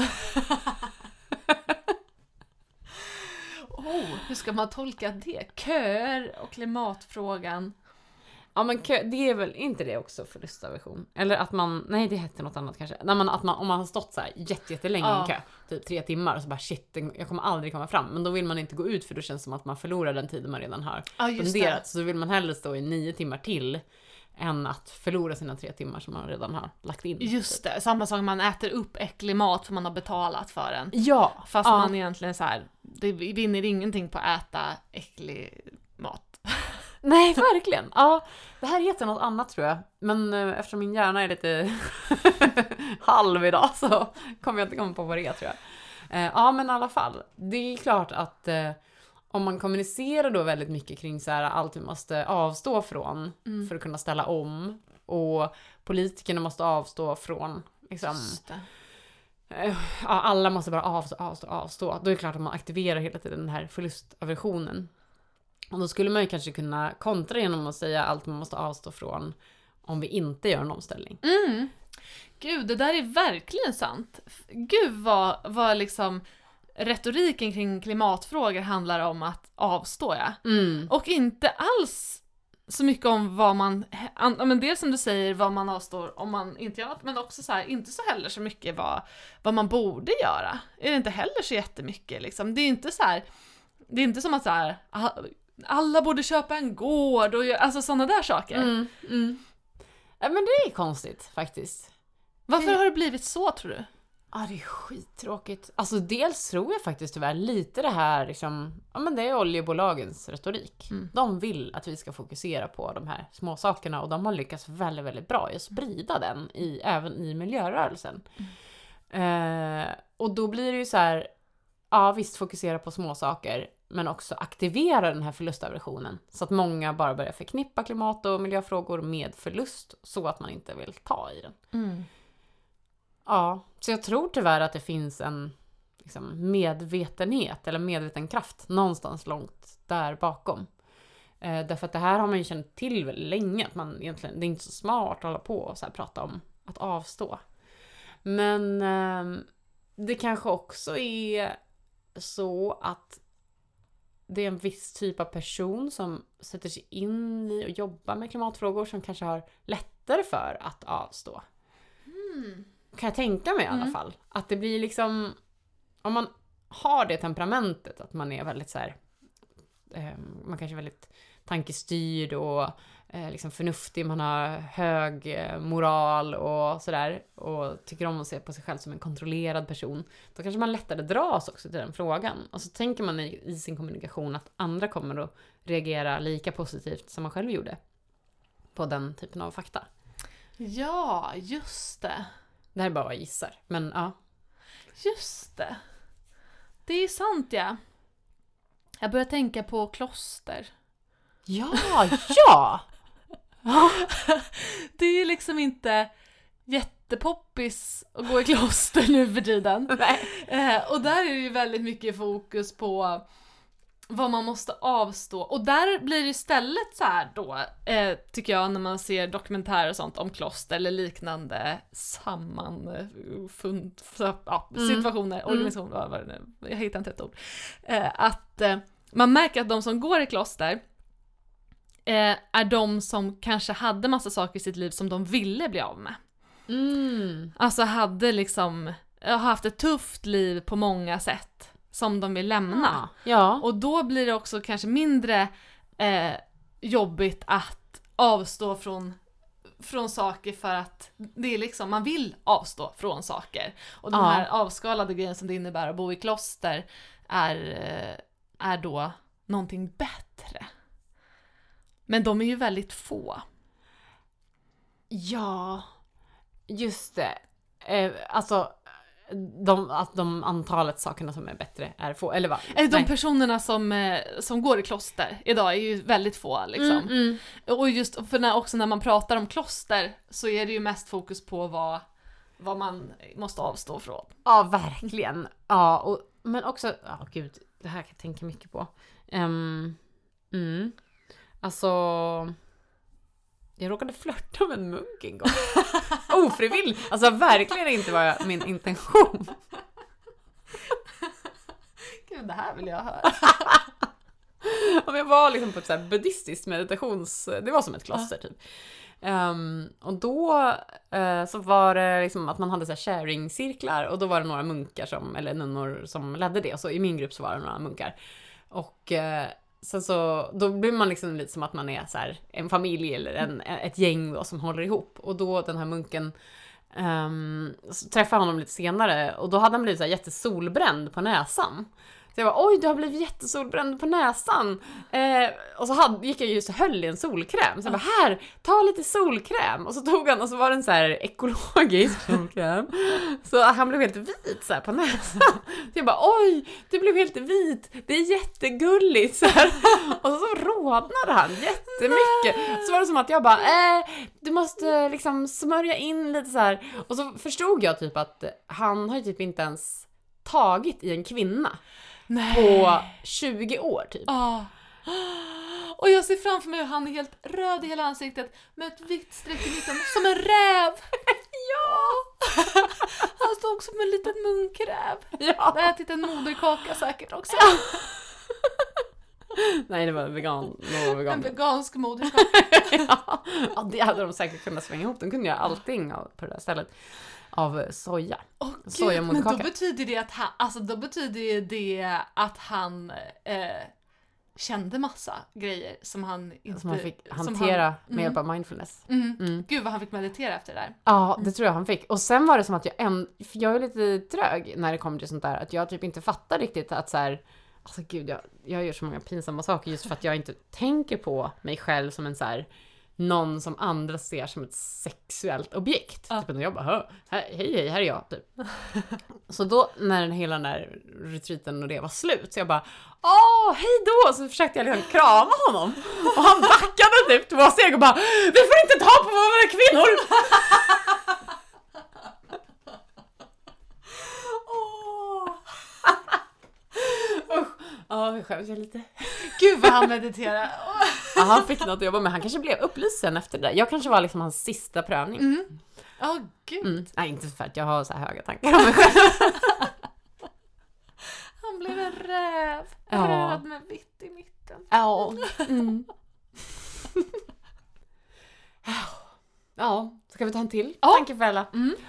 Hur ska man tolka det? Köer och klimatfrågan. Ja, men det är väl inte det också förlustaversion? Eller att man, nej det heter något annat kanske. Om man har stått så här jättelänge i en kö, typ 3 timmar och så bara shit, jag kommer aldrig komma fram. Men då vill man inte gå ut för då känns det som att man förlorar den tiden man redan har spenderat. Så då vill man hellre stå i 9 timmar till än att förlora sina 3 timmar som man redan har lagt in. Just det, samma sak, man äter upp äcklig mat för man har betalat för den. Ja. Fast man egentligen så här, det vinner ingenting på att äta äcklig mat. Nej, verkligen. Ja, det här heter något annat tror jag. Men eftersom min hjärna är lite halv idag så kommer jag inte komma på vad det är tror jag. Men i alla fall. Det är klart att om man kommunicerar då väldigt mycket kring så här, allt vi måste avstå från för att kunna ställa om. Och politikerna måste avstå från liksom... alla måste bara avstå. Då är det klart att man aktiverar hela tiden den här förlustaversionen. Och då skulle man ju kanske kunna kontra genom att säga allt man måste avstå från om vi inte gör en omställning. Gud, det där är verkligen sant. Gud vad liksom retoriken kring klimatfrågor handlar om att avstå, Och inte alls så mycket om vad man... Men det som du säger, vad man avstår om man inte gör något, men också så här, inte så heller så mycket vad man borde göra. Är det inte heller så jättemycket liksom. Det är inte så här... Det är inte som att så här... Alla borde köpa en gård och alltså sådana där saker. Ja, men det är konstigt faktiskt. Varför har det blivit så, tror du? Ja, det är skittråkigt. Alltså dels tror jag faktiskt tyvärr lite det här liksom, ja men det är oljebolagens retorik. De vill att vi ska fokusera på de här små sakerna och de har lyckats väldigt, väldigt bra i att sprida den även i miljörörelsen. Och då blir det ju så här, ja visst fokusera på små saker men också aktivera den här förlustaversionen så att många bara börjar förknippa klimat- och miljöfrågor med förlust så att man inte vill ta i den. Ja, så jag tror tyvärr att det finns en liksom, medvetenhet eller medveten kraft någonstans långt där bakom. Därför att det här har man ju känt till väldigt länge, att man egentligen, det är inte så smart att hålla på och så här prata om att avstå. Men det kanske också är så att det är en viss typ av person som sätter sig in i och jobbar med klimatfrågor som kanske har lättare för att avstå. Kan jag tänka mig i alla fall. Att det blir liksom, om man har det temperamentet, att man är väldigt så här, man kanske är väldigt tankestyrd och liksom förnuftig, man har hög moral och sådär och tycker om att se på sig själv som en kontrollerad person, då kanske man lättare dras också till den frågan. Och så tänker man i sin kommunikation att andra kommer att reagera lika positivt som man själv gjorde på den typen av fakta. Ja, just det. Det här är bara vad jag gissar, men ja. Just det. Det är sant, ja. Jag börjar tänka på kloster. Ja, ja! Det är liksom inte jättepoppis att gå i kloster nu för tiden. Och där är det ju väldigt mycket fokus på vad man måste avstå. Och där blir det istället så här då, tycker jag, när man ser dokumentärer och sånt om kloster eller liknande situationer, organisationer, vad det nu, jag hittar inte ett ord. Att man märker att de som går i kloster är de som kanske hade massa saker i sitt liv som de ville bli av med. Alltså hade liksom haft ett tufft liv på många sätt som de vill lämna. Ja. Och då blir det också kanske mindre jobbigt att avstå från saker för att det är liksom, man vill avstå från saker. Och den här avskalade grejen som det innebär att bo i kloster är då någonting bättre. Men de är ju väldigt få. Ja, just det. Alltså, de antalet sakerna som är bättre är få, eller vad? De personerna som går i kloster idag är ju väldigt få liksom. Och just för också när man pratar om kloster så är det ju mest fokus på vad man måste avstå från. Ja, verkligen. Ja, men också, gud, det här kan jag tänka mycket på. Alltså, jag råkade flirta med en munk en gång. Ofrivilligt. Alltså verkligen inte var min intention. Gud, det här vill jag höra. Om jag var liksom på ett så här buddhistiskt det var som ett kloster typ. Och då så var det liksom att man hade så här sharing-cirklar och då var det några munkar eller nunnor som ledde det. Och så i min grupp så var det några munkar. Och sen så då blir man liksom lite som att man är så här en familj eller ett gäng då, som håller ihop. Och då den här munken så träffade honom lite senare och då hade han blivit så här jättesolbränd på näsan. Så jag bara, oj, du har blivit jättesolbränd på näsan. Och så gick jag just och höll i en solkräm. Så jag bara, här, ta lite solkräm. Och så tog han, och så var det en så här ekologisk solkräm. Så han blev helt vit så här på näsan. Så jag bara, oj, du blev helt vit. Det är jättegulligt. Så här. Och så rodnade han jättemycket. Så var det som att jag bara, du måste liksom smörja in lite så här. Och så förstod jag typ att han har ju typ inte ens tagit i en kvinna. Nej. På 20 år typ. Och jag ser framför mig hur han är helt röd i hela ansiktet med ett vitt streck i mitten som en räv. Ja. Han stod som en liten munkräv. Ja. Jag har ätit en moderkaka säkert också. Nej, det var vegan. En vegansk moderkaka. Ja, det hade de säkert kunnat svänga ihop. De kunde göra allting på det där stället. Av soja. Men då betyder det att han kände massa grejer som han inte... Som han fick hantera med hjälp av mindfulness. Gud vad han fick meditera efter det där. Ja, det tror jag han fick. Och sen var det som att jag är lite trög när det kommer till sånt där. Att jag typ inte fattar riktigt att så här... Alltså gud, jag gör så många pinsamma saker just för att jag inte tänker på mig själv som en så här... Någon som andra ser som ett sexuellt objekt. Typ när jag bara, hej, här är jag. Typ. Så då, när hela den där retreaten och det var slut, så jag bara, hej då! Så försökte jag liksom krama honom. Och han backade typ 2 steg och bara, vi får inte ta på våra kvinnor! Ja, jag skäms lite. Gud vad han mediterar. Ja, han fick något att jobba med. Han kanske blev upplyst sen efter det där. Jag kanske var liksom hans sista prövning. Gud. Nej, inte för att jag har så här höga tankar om mig själv. Han blev en räv. Ja. Röd med vitt i mitten. Ja. Ja, ska vi ta en till? Tankefälla.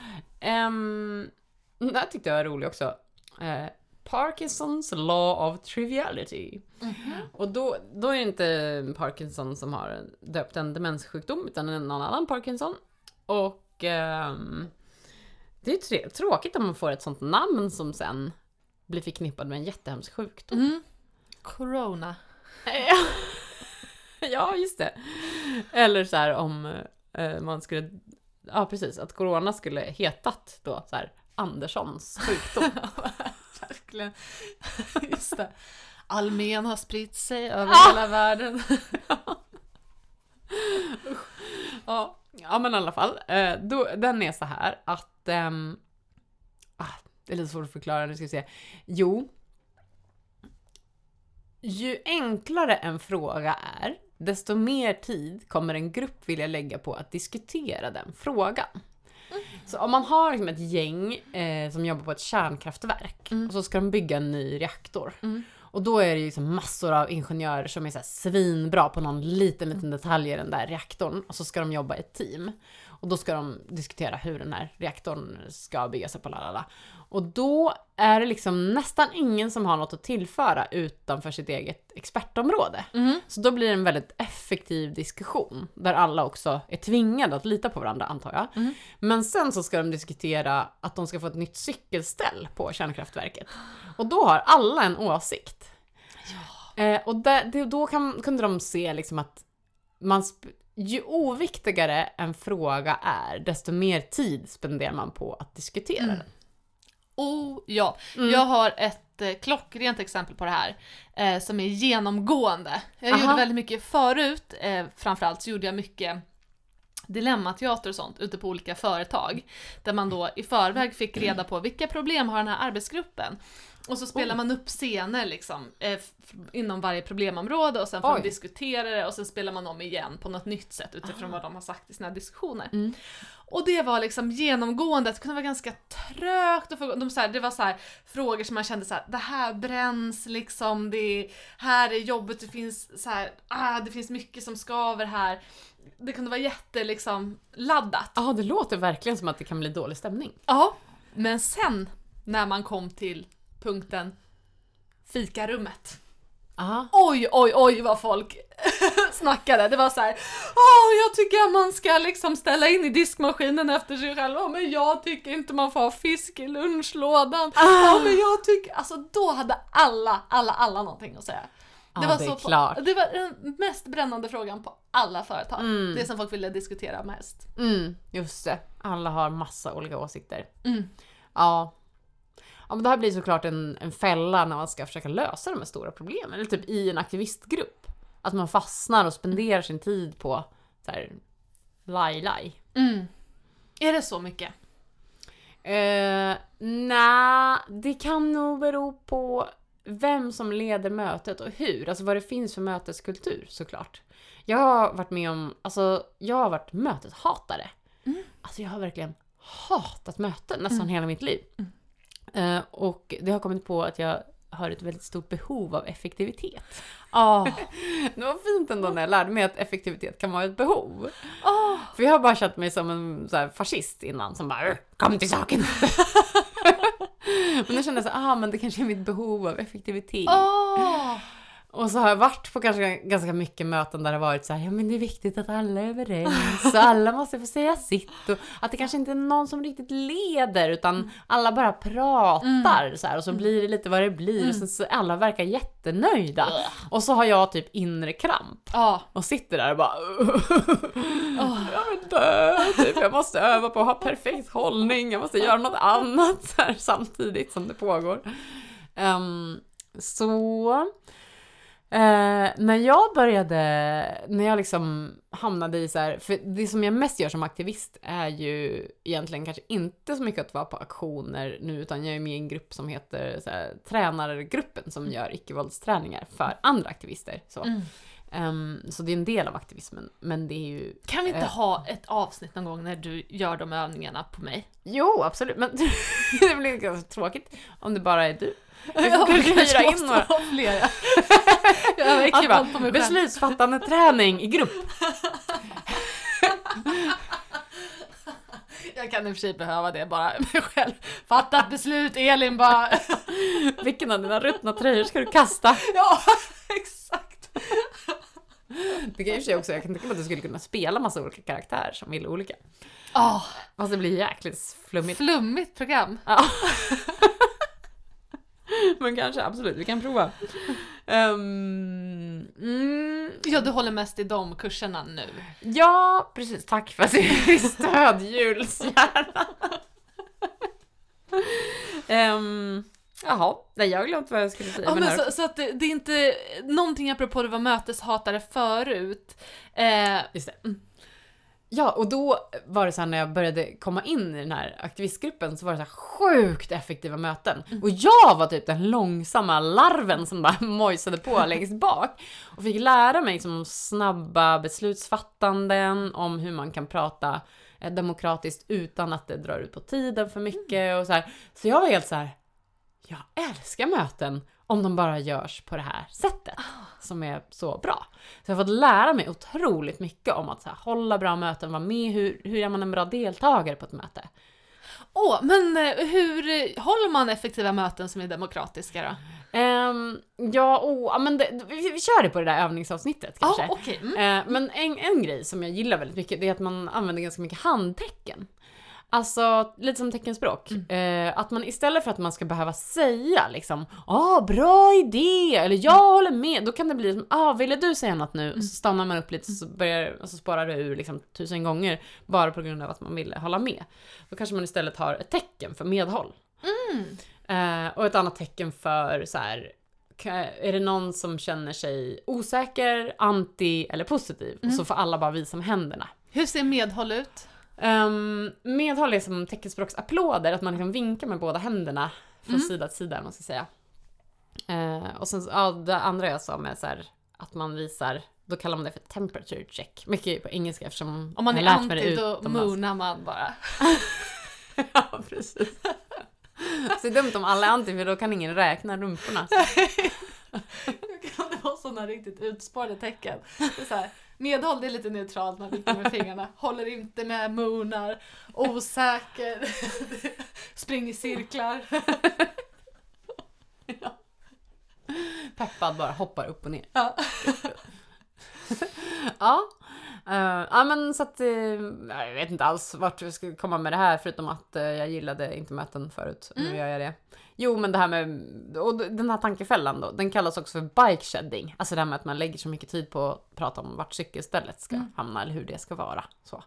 Det här tyckte jag var rolig också. Parkinson's law of triviality. Och då är det inte Parkinson som har döpt en demenssjukdom, utan någon annan Parkinson. Och det är tråkigt om man får ett sånt namn som sen blir förknippad med en jättehemsk sjukdom. Corona. Ja, just det. Eller så här om man skulle... Ja, precis. Att corona skulle hetat då så här Anderssons sjukdom. Verkligen. Just det. Almen har spritt sig över hela världen. Ja, men i alla fall. Den är så här att... det är lite svårt att förklara, nu ska vi se. Jo. Ju enklare en fråga är, desto mer tid kommer en grupp vilja lägga på att diskutera den frågan. Så om man har liksom ett gäng som jobbar på ett kärnkraftverk och så ska de bygga en ny reaktor. Och då är det liksom massor av ingenjörer som är så här svinbra på någon liten detalj i den där reaktorn. Och så ska de jobba i ett team. Och då ska de diskutera hur den här reaktorn ska byggas upp på lalala. Och då är det liksom nästan ingen som har något att tillföra utanför sitt eget expertområde. Så då blir det en väldigt effektiv diskussion. Där alla också är tvingade att lita på varandra, antar jag. Men sen så ska de diskutera att de ska få ett nytt cykelställ på kärnkraftverket. Och då har alla en åsikt. Och då kunde de se liksom att ju oviktigare en fråga är, desto mer tid spenderar man på att diskutera den. Jag har ett klockrent exempel på det här som är genomgående. Jag gjorde väldigt mycket förut, framförallt så gjorde jag mycket dilemmateater och sånt ute på olika företag, där man då i förväg fick reda på vilka problem har den här arbetsgruppen. Och så spelar man upp scener liksom, inom varje problemområde och sen får de diskutera det och sen spelar man om igen på något nytt sätt utifrån vad de har sagt i sina diskussioner. Och det var liksom genomgående, det kunde vara ganska trögt och det var så här frågor som man kände så här: det här bränns liksom, här är jobbet, det finns så här, det finns mycket som skaver här. Det kunde vara jätte liksom laddat. Ja, det låter verkligen som att det kan bli dålig stämning. Ja, men sen när man kom till punkten fikarummet. Oj vad folk snackade. Det var så här: jag tycker att man ska liksom ställa in i diskmaskinen efter sig själv. Men jag tycker inte man får ha fisk i lunchlådan. Men jag tycker... Alltså då hade alla någonting att säga. Det var så klart. Det var den mest brännande frågan på alla företag. Det som folk ville diskutera mest. Just det. Alla har massa olika åsikter. Ja, men det här blir såklart en fälla när man ska försöka lösa de här stora problemen. Eller typ i en aktivistgrupp. Att man fastnar och spenderar sin tid på så här, laj. Är det så mycket? Nej, det kan nog bero på vem som leder mötet och hur. Alltså vad det finns för möteskultur, såklart. Jag har varit med om... Alltså, jag har varit möteshatare. Alltså jag har verkligen hatat möten nästan hela mitt liv. Och det har kommit på att jag har ett väldigt stort behov av effektivitet. Det var fint ändå när jag lärde mig att effektivitet kan vara ett behov. För jag har bara känt mig som en så här fascist innan som bara, kom till saken. Men nu kände jag så men det kanske är mitt behov av effektivitet. Och så har jag varit på kanske ganska mycket möten där det har varit så här, ja men det är viktigt att alla är överens och alla måste få säga sitt och att det kanske inte är någon som riktigt leder utan alla bara pratar så här, och så blir det lite vad det blir och sen så alla verkar jättenöjda och så har jag typ inre kramp och sitter där och bara jag vill dö, typ. Jag måste öva på att ha perfekt hållning, jag måste göra något annat så här, samtidigt som det pågår. När jag liksom hamnade i så här, för det som jag mest gör som aktivist är ju egentligen kanske inte så mycket att vara på aktioner nu, utan jag är med i en grupp som heter så här, tränargruppen som gör icke-våldsträningar för andra aktivister. Så det är en del av aktivismen, men det är ju... Kan vi inte ha ett avsnitt någon gång när du gör de övningarna på mig? Jo, absolut, men det blir ganska tråkigt om det bara är du. Vi får hyra in några fler. Beslutsfattande träning i grupp. Jag kan i och för sig behöva det bara mig själv. Fattat beslut, Elin bara. Vilken av dina ruttna tröjor ska du kasta? Ja, exakt. Det kan i och för sig också, jag kan tänka mig att du skulle kunna spela massa olika karaktärer som vill olika. Fast det blir jäkligt flummigt. Flummigt program. Ja. Men kanske, absolut, vi kan prova. Ja, du håller mest i de kurserna nu. Ja, precis. Tack för att du är stödhjulshjärna. Jaha, nej, jag glömde vad jag skulle säga. Ja, men så att det är inte någonting apropå det var möteshatare förut. Just det. Ja, och då var det så här när jag började komma in i den här aktivistgruppen så var det så här sjukt effektiva möten. Och jag var typ den långsamma larven som bara mojsade på längst bak. Och fick lära mig liksom snabba beslutsfattanden om hur man kan prata demokratiskt utan att det drar ut på tiden för mycket och så här. Så jag var helt så här, jag älskar möten om de bara görs på det här sättet som är så bra. Så jag har fått lära mig otroligt mycket om att så här, hålla bra möten, vara med, hur är man en bra deltagare på ett möte. Men hur håller man effektiva möten som är demokratiska då? Men vi kör det på det där övningsavsnittet kanske. Okay. Men en grej som jag gillar väldigt mycket det är att man använder ganska mycket handtecken. Alltså, lite som teckenspråk. Att man istället för att man ska behöva säga liksom, bra idé, eller jag håller med, då kan det bli som, ville du säga något nu? Och så stannar man upp lite och så sparar det ur liksom 1000 gånger bara på grund av att man ville hålla med. Då kanske man istället har ett tecken för medhåll. Och ett annat tecken för så här, är det någon som känner sig osäker, anti eller positiv? Och så får alla bara visa med händerna. Hur ser medhåll ut? Medhåll är som teckenspråksapplåder, att man liksom vinkar med båda händerna från sida till sida, måste jag säga. Och sen det andra jag sa med så här, att man visar, då kallar man det för temperature check, mycket på engelska eftersom om man är anti då moonar man bara. Ja, precis. Så det är dumt om alla är anti, för då kan ingen räkna rumporna. Kan det vara sådana riktigt utspårade tecken? Det är så här, medhåll, det är lite neutralt, man vinkar med fingrarna. Håller inte med, moonar, osäker, springer i cirklar. Ja. Peppad bara hoppar upp och ner. Ja. Men så att jag vet inte alls vart jag skulle komma med det här, förutom att jag gillade inte möten förut. Nu gör jag det. Jo, men det här med, och den här tankefällan då, den kallas också för bike shedding. Alltså det här med att man lägger så mycket tid på att prata om vart cykelstället ska hamna eller hur det ska vara. Så.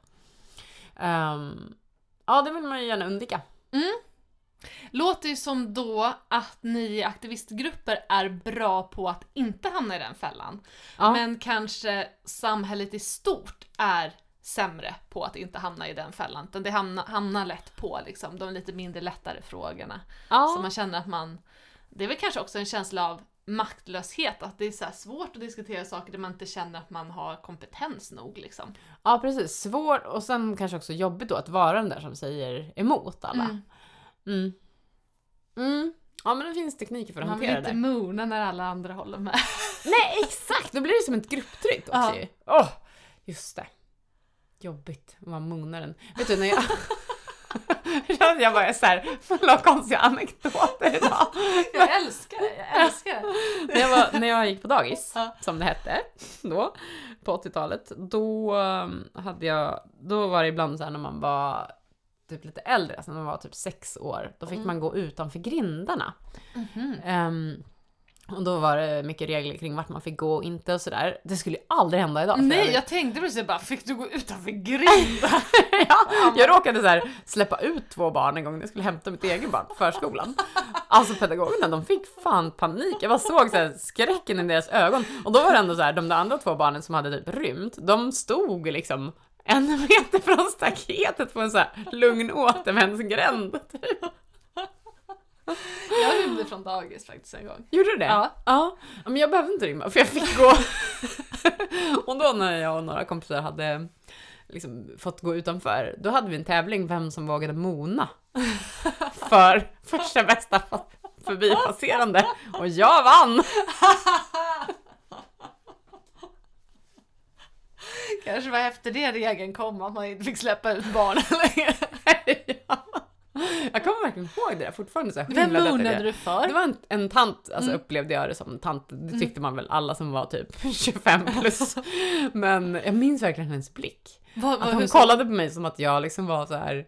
Det vill man ju gärna undvika. Låter ju som då att ni i aktivistgrupper är bra på att inte hamna i den fällan. Men kanske samhället i stort är sämre på att inte hamna i den fällan. Utan det hamnar lätt på liksom, de lite mindre lättare frågorna. Så man känner att det är väl kanske också en känsla av maktlöshet, att det är så här svårt att diskutera saker där man inte känner att man har kompetens nog liksom. Ja, precis. Svårt, och sen kanske också jobbigt då att vara den där som säger emot alla. Ja, men det finns tekniker för att hantera det. Man vill inte moona när alla andra håller med. Nej, exakt! Då blir det som ett grupptryck också. Just det. Jobbigt att vara moonaren. Vet du, när jag bara så här, förlåt konstiga anekdoter idag. Jag älskar det. när jag gick på dagis, som det hette då, på 80-talet, då var det ibland så här när man var typ lite äldre, alltså när man var typ 6 år, då fick man gå utanför grindarna. Och då var det mycket regler kring vart man fick gå och inte och sådär. Det skulle ju aldrig hända idag. Nej, jag tänkte precis bara, fick du gå utanför grinden? Jag råkade så här släppa ut 2 barn en gång när jag skulle hämta mitt egen barn på förskolan. Alltså pedagogerna, de fick fan panik. Jag bara såg så här skräcken i deras ögon. Och då var det ändå så här, de där andra 2 barnen som hade typ rymt, de stod liksom 1 meter från staketet på en så här lugn återvändsgränd typ. Jag rymde från dagis faktiskt en gång. Gjorde du det? Ja. Men jag behövde inte rymma, för jag fick gå. Och då när jag och några kompisar hade liksom fått gå utanför, då hade vi en tävling vem som vågade mona för första bästa förbipasserande. Och jag vann! Kanske var efter det regeln kom att man inte fick släppa ut barnen längre. Ja. Jag kommer verkligen ihåg det där fortfarande. Så vem monade du för? Det var en tant, alltså upplevde jag det som en tant. Det tyckte man väl alla som var typ 25 plus. Men jag minns verkligen hennes blick. Att hon kollade på mig som att jag liksom var så här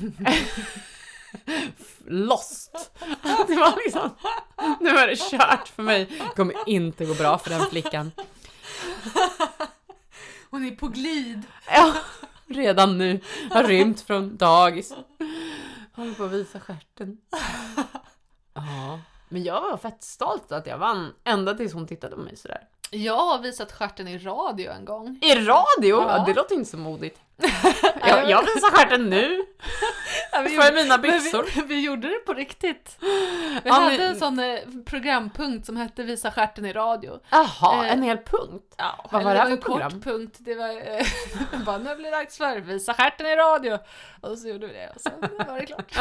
lost. Det var liksom, nu är det kört för mig. Det kommer inte gå bra för den flickan. Hon är på glid. Ja, redan nu. Har rymt från dagis. Håller på att visa stjärten. Ja. Men jag var fett stolt att jag vann. Ända tills hon tittade på mig sådär. Jag har visat stjärten i radio en gång. I radio? Ja. Ja, det låter inte så modigt. Jag visar stjärten nu. För mina byxor. Vi gjorde det på riktigt. Vi hade en sån programpunkt som hette Visa stjärten i radio. Jaha, en hel punkt. Ja, vad var det här för en program? kort punkt. Det var bara, nu blir det dags för Visa stjärten i radio. Och så gjorde vi det och så var det klart.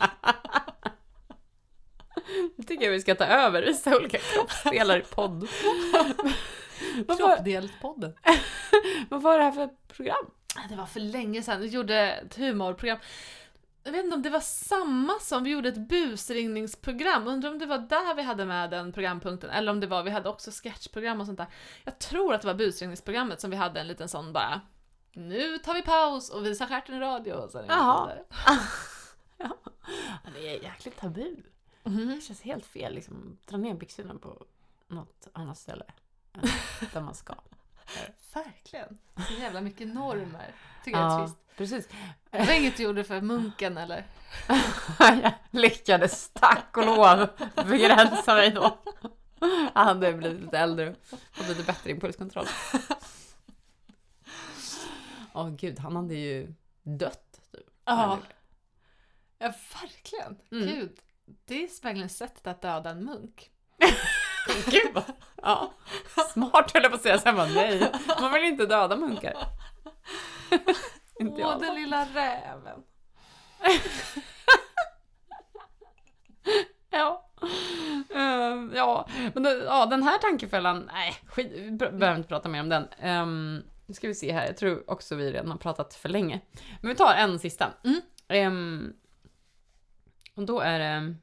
Jag tycker vi ska ta över vissa olika kroppsdelar i podd. Kroppdelspodden. Vad var det här för program? Det var för länge sedan. Vi gjorde ett humorprogram. Jag vet inte om det var samma som vi gjorde ett busringningsprogram. Undrar om det var där vi hade med den programpunkten. Eller om det var, vi hade också sketchprogram och sånt där. Jag tror att det var busringningsprogrammet som vi hade en liten sån bara, nu tar vi paus och visar stjärten i radio. Och så jaha. Ja. Det är jäkligt tabu. Det känns helt fel liksom. Dra ner byxorna på något annat ställe än där man ska. Verkligen. Så jävla mycket normer. Tycker jag är trist. Precis. Det var inget du gjorde för munken eller? Jag lyckades, tack och lov, begränsa mig då. Jag hade blivit lite äldre och lite bättre impulskontroll. Gud, han hade ju dött typ. Ja, verkligen. Gud, det är verkligen sättet att döda en munk. Gud, ja. Smart höll jag på att säga, sen bara nej. Man vill inte döda munkar. Inte jag. Den lilla räven. Ja. Ja, men den här tankefällan, nej, vi behöver inte prata mer om den. Nu ska vi se här, jag tror också vi redan har pratat för länge. Men vi tar en sista. Och då är det...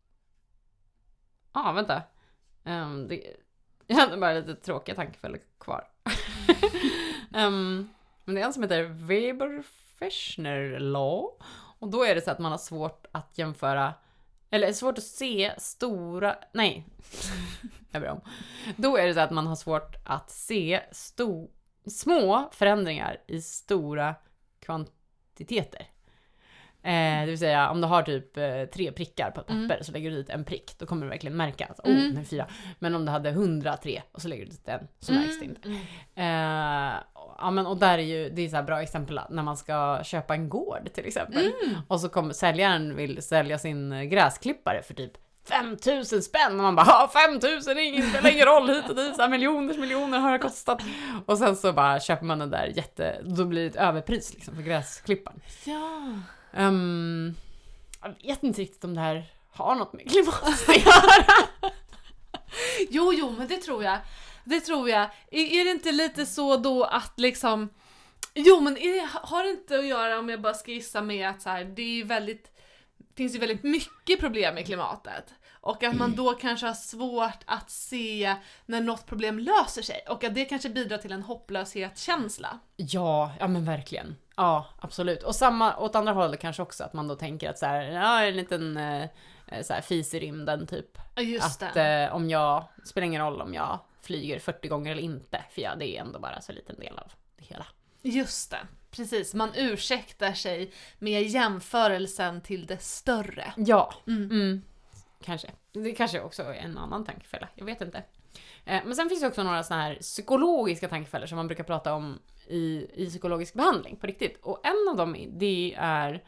vänta. Jag hade bara lite tråkiga tankefällor kvar. Men det är en som heter Weber-Fechner Law. Och då är det så att man har svårt att jämföra, eller svårt att se stora, nej, jag ber om. Då är det så att man har svårt att se små förändringar i stora kvantiteter. Det vill säga, om du har typ 3 prickar på ett papper så lägger du dit en prick, då kommer du verkligen märka att nu är 4. Men om du hade 103 och så lägger du dit en, så märks det inte. Och där är ju, det är så här bra exempel när man ska köpa en gård till exempel. Och så kommer säljaren vill sälja sin gräsklippare för typ 5000 spänn och man bara 5000 det spelar ingen roll hit och dit, så här, miljoner har det kostat. Och sen så bara köper man den där då blir det ett överpris liksom för gräsklipparen. Ja. Jag vet inte riktigt om det här har något med klimat att göra. Jo, men det tror jag. Är det inte lite så då att liksom... Jo, men har det inte att göra, om jag bara ska gissa med att så här, det finns ju väldigt mycket problem med klimatet. Och att man då kanske har svårt att se när något problem löser sig. Och att det kanske bidrar till en hopplöshetskänsla. Ja, men verkligen. Ja, absolut. Och samma åt andra hållet kanske också, att man då tänker att så här, en liten så här fis i rymden typ. Ja, just att det. om jag, spelar ingen roll om jag flyger 40 gånger eller inte, för ja, det är ändå bara så liten del av det hela. Just det. Precis, man ursäktar sig med jämförelsen till det större. Ja, kanske. Det kanske också är en annan tankefälla, jag vet inte. Men sen finns det också några såna här psykologiska tankefällor som man brukar prata om i psykologisk behandling på riktigt. Och en av dem, det är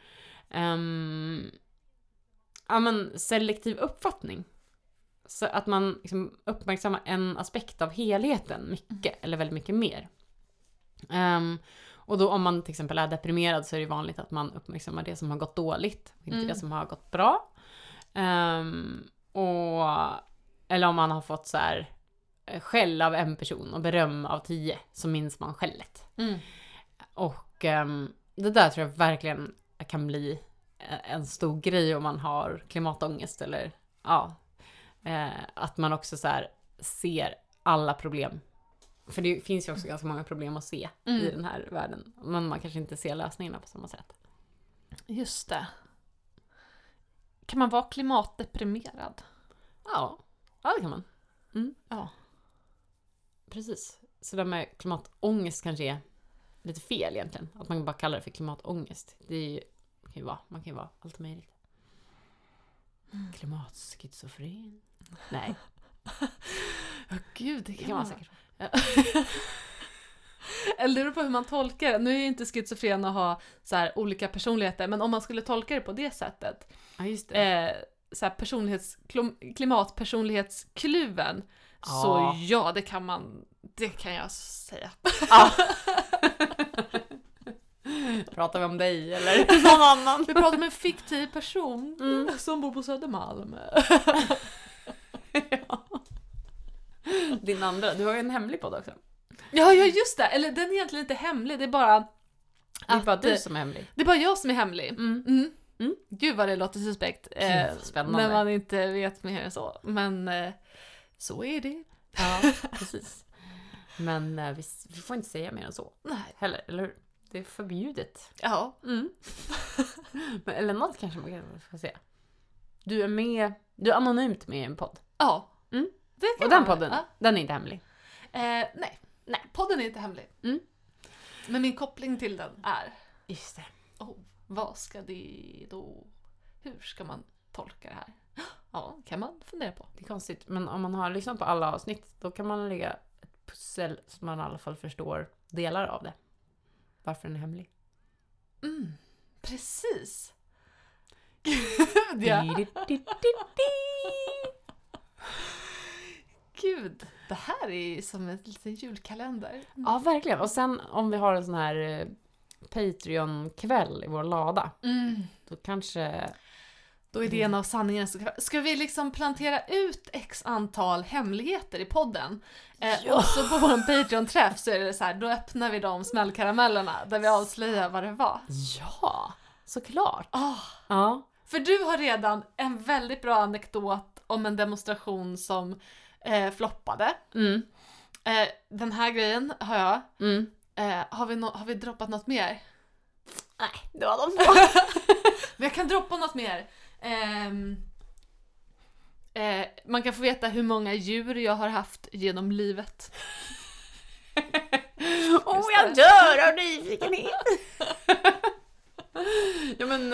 selektiv uppfattning. Så att man liksom uppmärksammar en aspekt av helheten mycket, eller väldigt mycket mer. Och då om man till exempel är deprimerad så är det vanligt att man uppmärksammar det som har gått dåligt, inte det som har gått bra. Eller om man har fått så här skäll av en person och beröm av 10, så minns man skället. Och det där tror jag verkligen kan bli en stor grej om man har klimatångest, eller att man också så här ser alla problem. För det finns ju också ganska många problem att se i den här världen. Men man kanske inte ser lösningarna på samma sätt. Just det. Kan man vara klimatdeprimerad? Ja, det kan man. Ja. Precis. Så det med klimatångest kanske är lite fel egentligen. Att man bara kallar det för klimatångest. Man kan ju vara allt möjligt. Klimatschizofren. Nej. Gud, det kan man säkert. Eller det beror på hur man tolkar det. Nu är ju inte schizofren att ha så här olika personligheter, men om man skulle tolka det på det sättet. Ja, just det. Så här klimatpersonlighetskluven. Så ja, det kan jag säga. Ja. Pratar vi om dig eller någon annan? Vi pratar om en fiktiv person som bor på Södermalm. Ja. Din andra, du har ju en hemlig podd också. Ja, just det. Eller den är egentligen inte hemlig, det är bara du som är hemlig. Det är bara jag som är hemlig. Gud vad det låter suspekt. Spännande. När man inte vet mer än så. Men så är det. Ja, precis. Men vi får inte säga mer än så. Nej. Heller, eller hur? Det är förbjudet. Ja. Men, eller något kanske man kan få säga. Du är anonymt med i en podd. Ja. Det kan och den man. podden, den är inte hemlig. Nej, podden är inte hemlig. Men min koppling till den är... Just det. Vad ska det då... Hur ska man tolka det här? Ja, kan man fundera på. Det är konstigt, men om man har lyssnat på alla avsnitt, då kan man lägga ett pussel så man i alla fall förstår delar av det. Varför den är hemlig. Precis. Gud, det här är som en liten julkalender. Ja, verkligen. Och sen om vi har en sån här Patreon-kväll i vår lada, då kanske... Då är det en av sanningarna. Ska vi liksom plantera ut x antal hemligheter i podden? Och så på vår Patreon-träff så är det så här, då öppnar vi de smällkaramellerna där vi avslöjar vad det var. Ja, såklart. Ja. För du har redan en väldigt bra anekdot om en demonstration som floppade. Den här grejen har jag. Har vi droppat något mer? Nej, det var de två. Men jag kan droppa något mer. Man kan få veta hur många djur jag har haft genom livet. Jag dör av nyfikenhet. Ja, men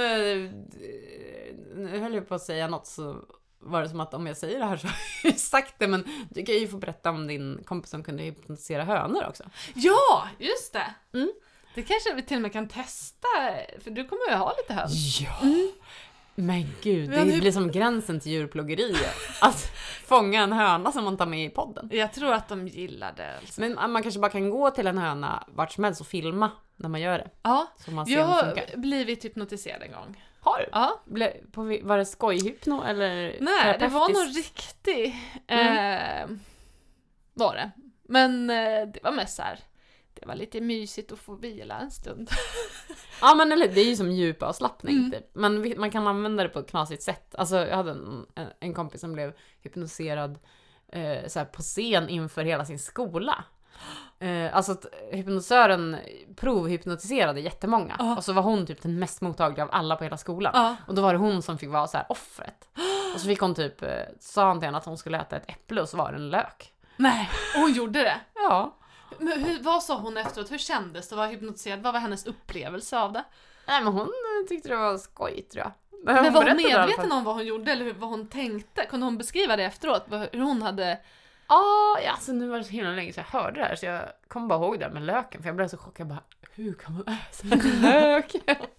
nu höll jag på att säga något, så var det som att om jag säger det här så har jag sagt det, men du kan ju få berätta om din kompis som kunde hypnotisera hönor också. Ja, just det. Det kanske vi till och med kan testa, för du kommer ju ha lite hönor. Ja. Men gud, det blir som gränsen till djurplågeri. Att fånga en höna som man tar med i podden. Jag tror att de gillar det. Alltså. Men man kanske bara kan gå till en höna vart som helst och filma när man gör det. Ja, så man ser jag om det har funkar. blivit hypnotiserad en gång. Har du? Ja. Var det skojhypno eller Nej, det var nog riktigt. Var det. Men det var mest så här. Det var lite mysigt att få vila en stund. Ja, men eller, det är ju som djup avslappning typ. Men man kan använda det på ett knasigt sätt. Alltså jag hade en kompis som blev hypnotiserad så här, på scen inför hela sin skola. Alltså att hypnotisören provhypnotiserade jättemånga. Och så var hon typ den mest mottagliga av alla på hela skolan. Och då var det hon som fick vara så här offret. Och så fick hon typ, sa han till henne att hon skulle äta ett äpple och så var det en lök. Nej, och hon gjorde det? Ja. Men vad sa hon efteråt? Hur kändes det att vara hypnotiserad? Vad var hennes upplevelse av det? Nej, men hon tyckte det var skoj, tror jag. Men var hon medveten om vad hon gjorde eller vad hon tänkte? Kunde hon beskriva det efteråt? Hur hon hade... Ja, alltså nu var det så himla länge så jag hörde det här så jag kommer bara ihåg det med löken för jag blev så chockad bara, hur kan man äta en lök?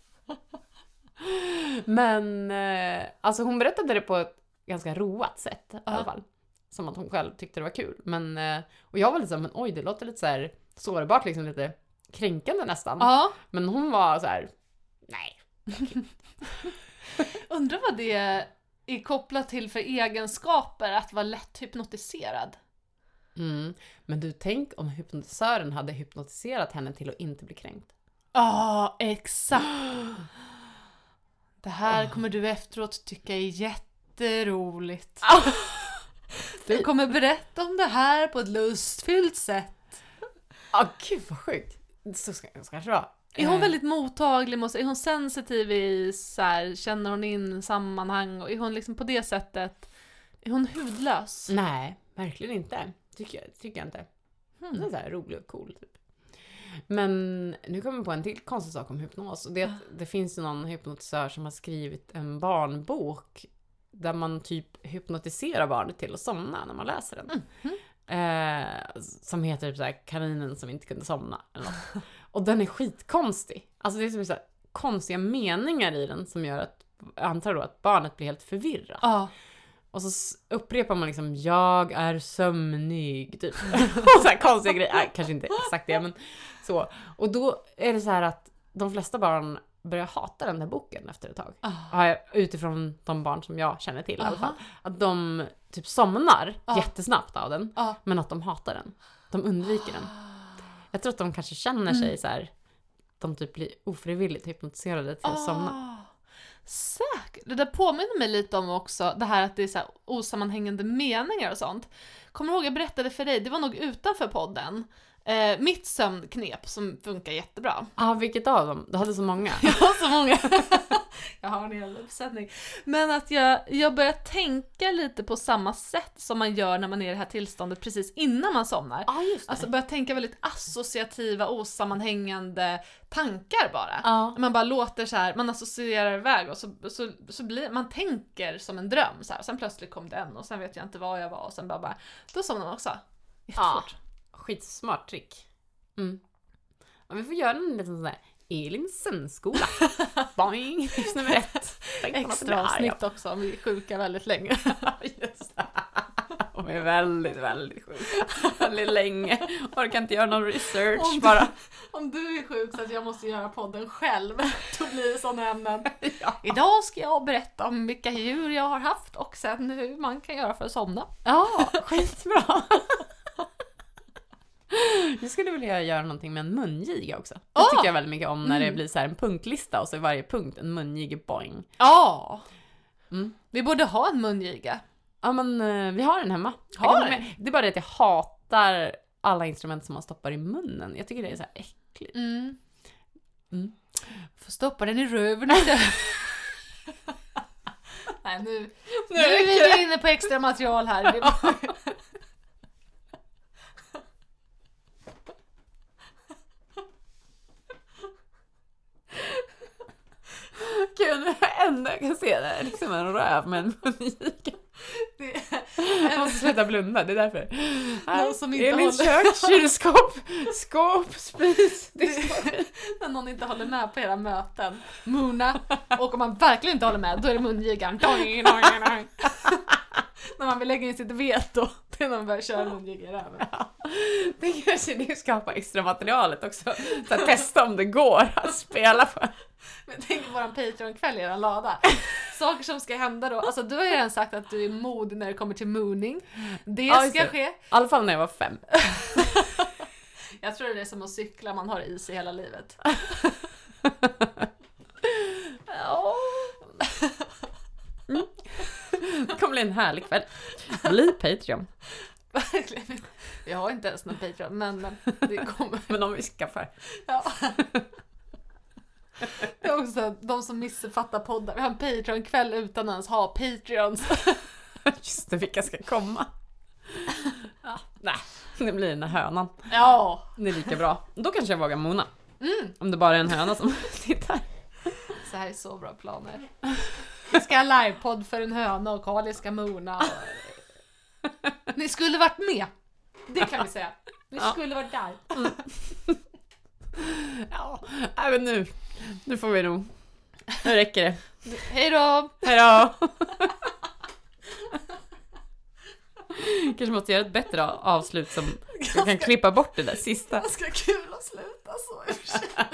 Men alltså hon berättade det på ett ganska roat sätt i alla fall. Som att hon själv tyckte det var kul. Men, och jag var lite så här, men oj, det låter lite så här sårbart, liksom lite kränkande nästan. Men hon var så här, nej. Undrar vad det är kopplat till för egenskaper att vara lätt hypnotiserad. Men du, tänk om hypnotisören hade hypnotiserat henne till att inte bli kränkt. Ja, exakt. Det här kommer du efteråt tycka är jätteroligt. Du kommer berätta om det här på ett lustfyllt sätt. Gud vad sjukt. Så ska det vara. Är hon väldigt mottaglig? Är hon sensitiv i så här, känner hon in sammanhang? Och är hon liksom på det sättet, är hon hudlös? Nej, verkligen inte. Tycker jag inte. Det är så här rolig och cool typ. Men nu kommer jag på en till konstig sak om hypnos. Och det är att det finns någon hypnotisör som har skrivit en barnbok där man typ hypnotiserar barnet till att somna när man läser den. Som heter typ så här, kaninen som inte kunde somna. Eller något. Och den är skitkonstig. Alltså det är som så här, konstiga meningar i den som gör att, jag antar då, att barnet blir helt förvirrat. Och så upprepar man liksom, jag är sömnig typ. Och så här konstiga grejer, kanske inte exakt det, men så. Och då är det så här att de flesta barn börjar hata den här boken efter ett tag. Utifrån de barn som jag känner till i alla fall. Att de typ somnar jättesnabbt av den, men att de hatar den. De undviker den. Jag tror att de kanske känner sig så här, de typ blir ofrivilligt hypnotiserade till att somna. Säkert. Det där påminner mig lite om också det här att det är så här osammanhängande meningar och sånt. Kommer du ihåg jag berättade för dig, det var nog utanför podden, mitt sömnknep som funkar jättebra. Vilket av dem? Du hade så många. Jag har så många. Jag har en hel uppsättning. Men att jag börjar tänka lite på samma sätt som man gör när man är i det här tillståndet precis innan man somnar. Just det. Alltså börjar tänka väldigt associativa, osammanhängande tankar bara. Man bara låter så här, man associerar iväg och så blir man tänker som en dröm så här. Sen plötsligt kom den och sen vet jag inte vad jag var och sen bara då somnar man också. Jättefort. Skitsmart trick. Och vi får göra en liten sån där Elins sömnskola. Boing, tips nummer 1. Extra avsnitt också om vi är sjuka väldigt länge. Just det. De är väldigt, väldigt sjuka. Väldigt länge. Orkar inte göra någon research bara. Om du är sjuk så att jag måste göra podden själv, då blir det sådana ämnen. Idag ska jag berätta om vilka djur jag har haft och sen hur man kan göra för att somna. Skitbra. Jag skulle vilja göra någonting med en mungiga också. Det tycker jag väldigt mycket om när det blir så här en punktlista och så är varje punkt en mungiga boing. Vi borde ha en mungiga. Ja, men vi har den hemma. Det är bara det att jag hatar alla instrument som man stoppar i munnen. Jag tycker det är så här äckligt. Får stoppa den i röven. Nej, nu är vi inne på extra material här. Gud, nu är det enda jag kan se det är liksom en röv med en mungiga. Jag måste sluta blunda, det är därför. Någon som inte Elins kök, kylskåp, skåp, spis. När någon inte håller med på era möten. Muna. Och om man verkligen inte håller med, då är det mungigan. När man vill lägga in sitt veto, det är när man börjar köra mungiga i röven. Det kanske det skapar extra materialet också. Så att testa om det går att spela på. Men tänk på våran Patreon-kväll i er lada. Saker som ska hända då. Alltså du har ju redan sagt att du är modig när det kommer till mooning. Det ska ske. I alla fall när jag var 5. Jag tror det är som att cykla, man har is i hela livet. Ja. Det kommer bli en härlig kväll. Bli Patreon. Verkligen. Jag har inte ens någon Patreon, men det kommer. Men om vi skaffar. Ja. Det är också de som missuppfattar poddar. Vi har en Patreon-kväll utan ens ha Patreons. Just det, vilka ska komma? Ja. Nej, det blir den där hönan. Ja. Det är lika bra. Då kanske jag vågar Mona. Om det bara är en höna som tittar. Så här är så bra planer. Vi ska ha livepodd för en höna och Carly ska mona. Ni skulle varit med. Det kan vi säga. Ni skulle varit där. Ja, men nu får vi nog. Nu räcker det. Hej då! Hej då! Kanske måste göra ett bättre avslut som jag kan klippa bort det där sista. Ganska kul att sluta så i och för sig.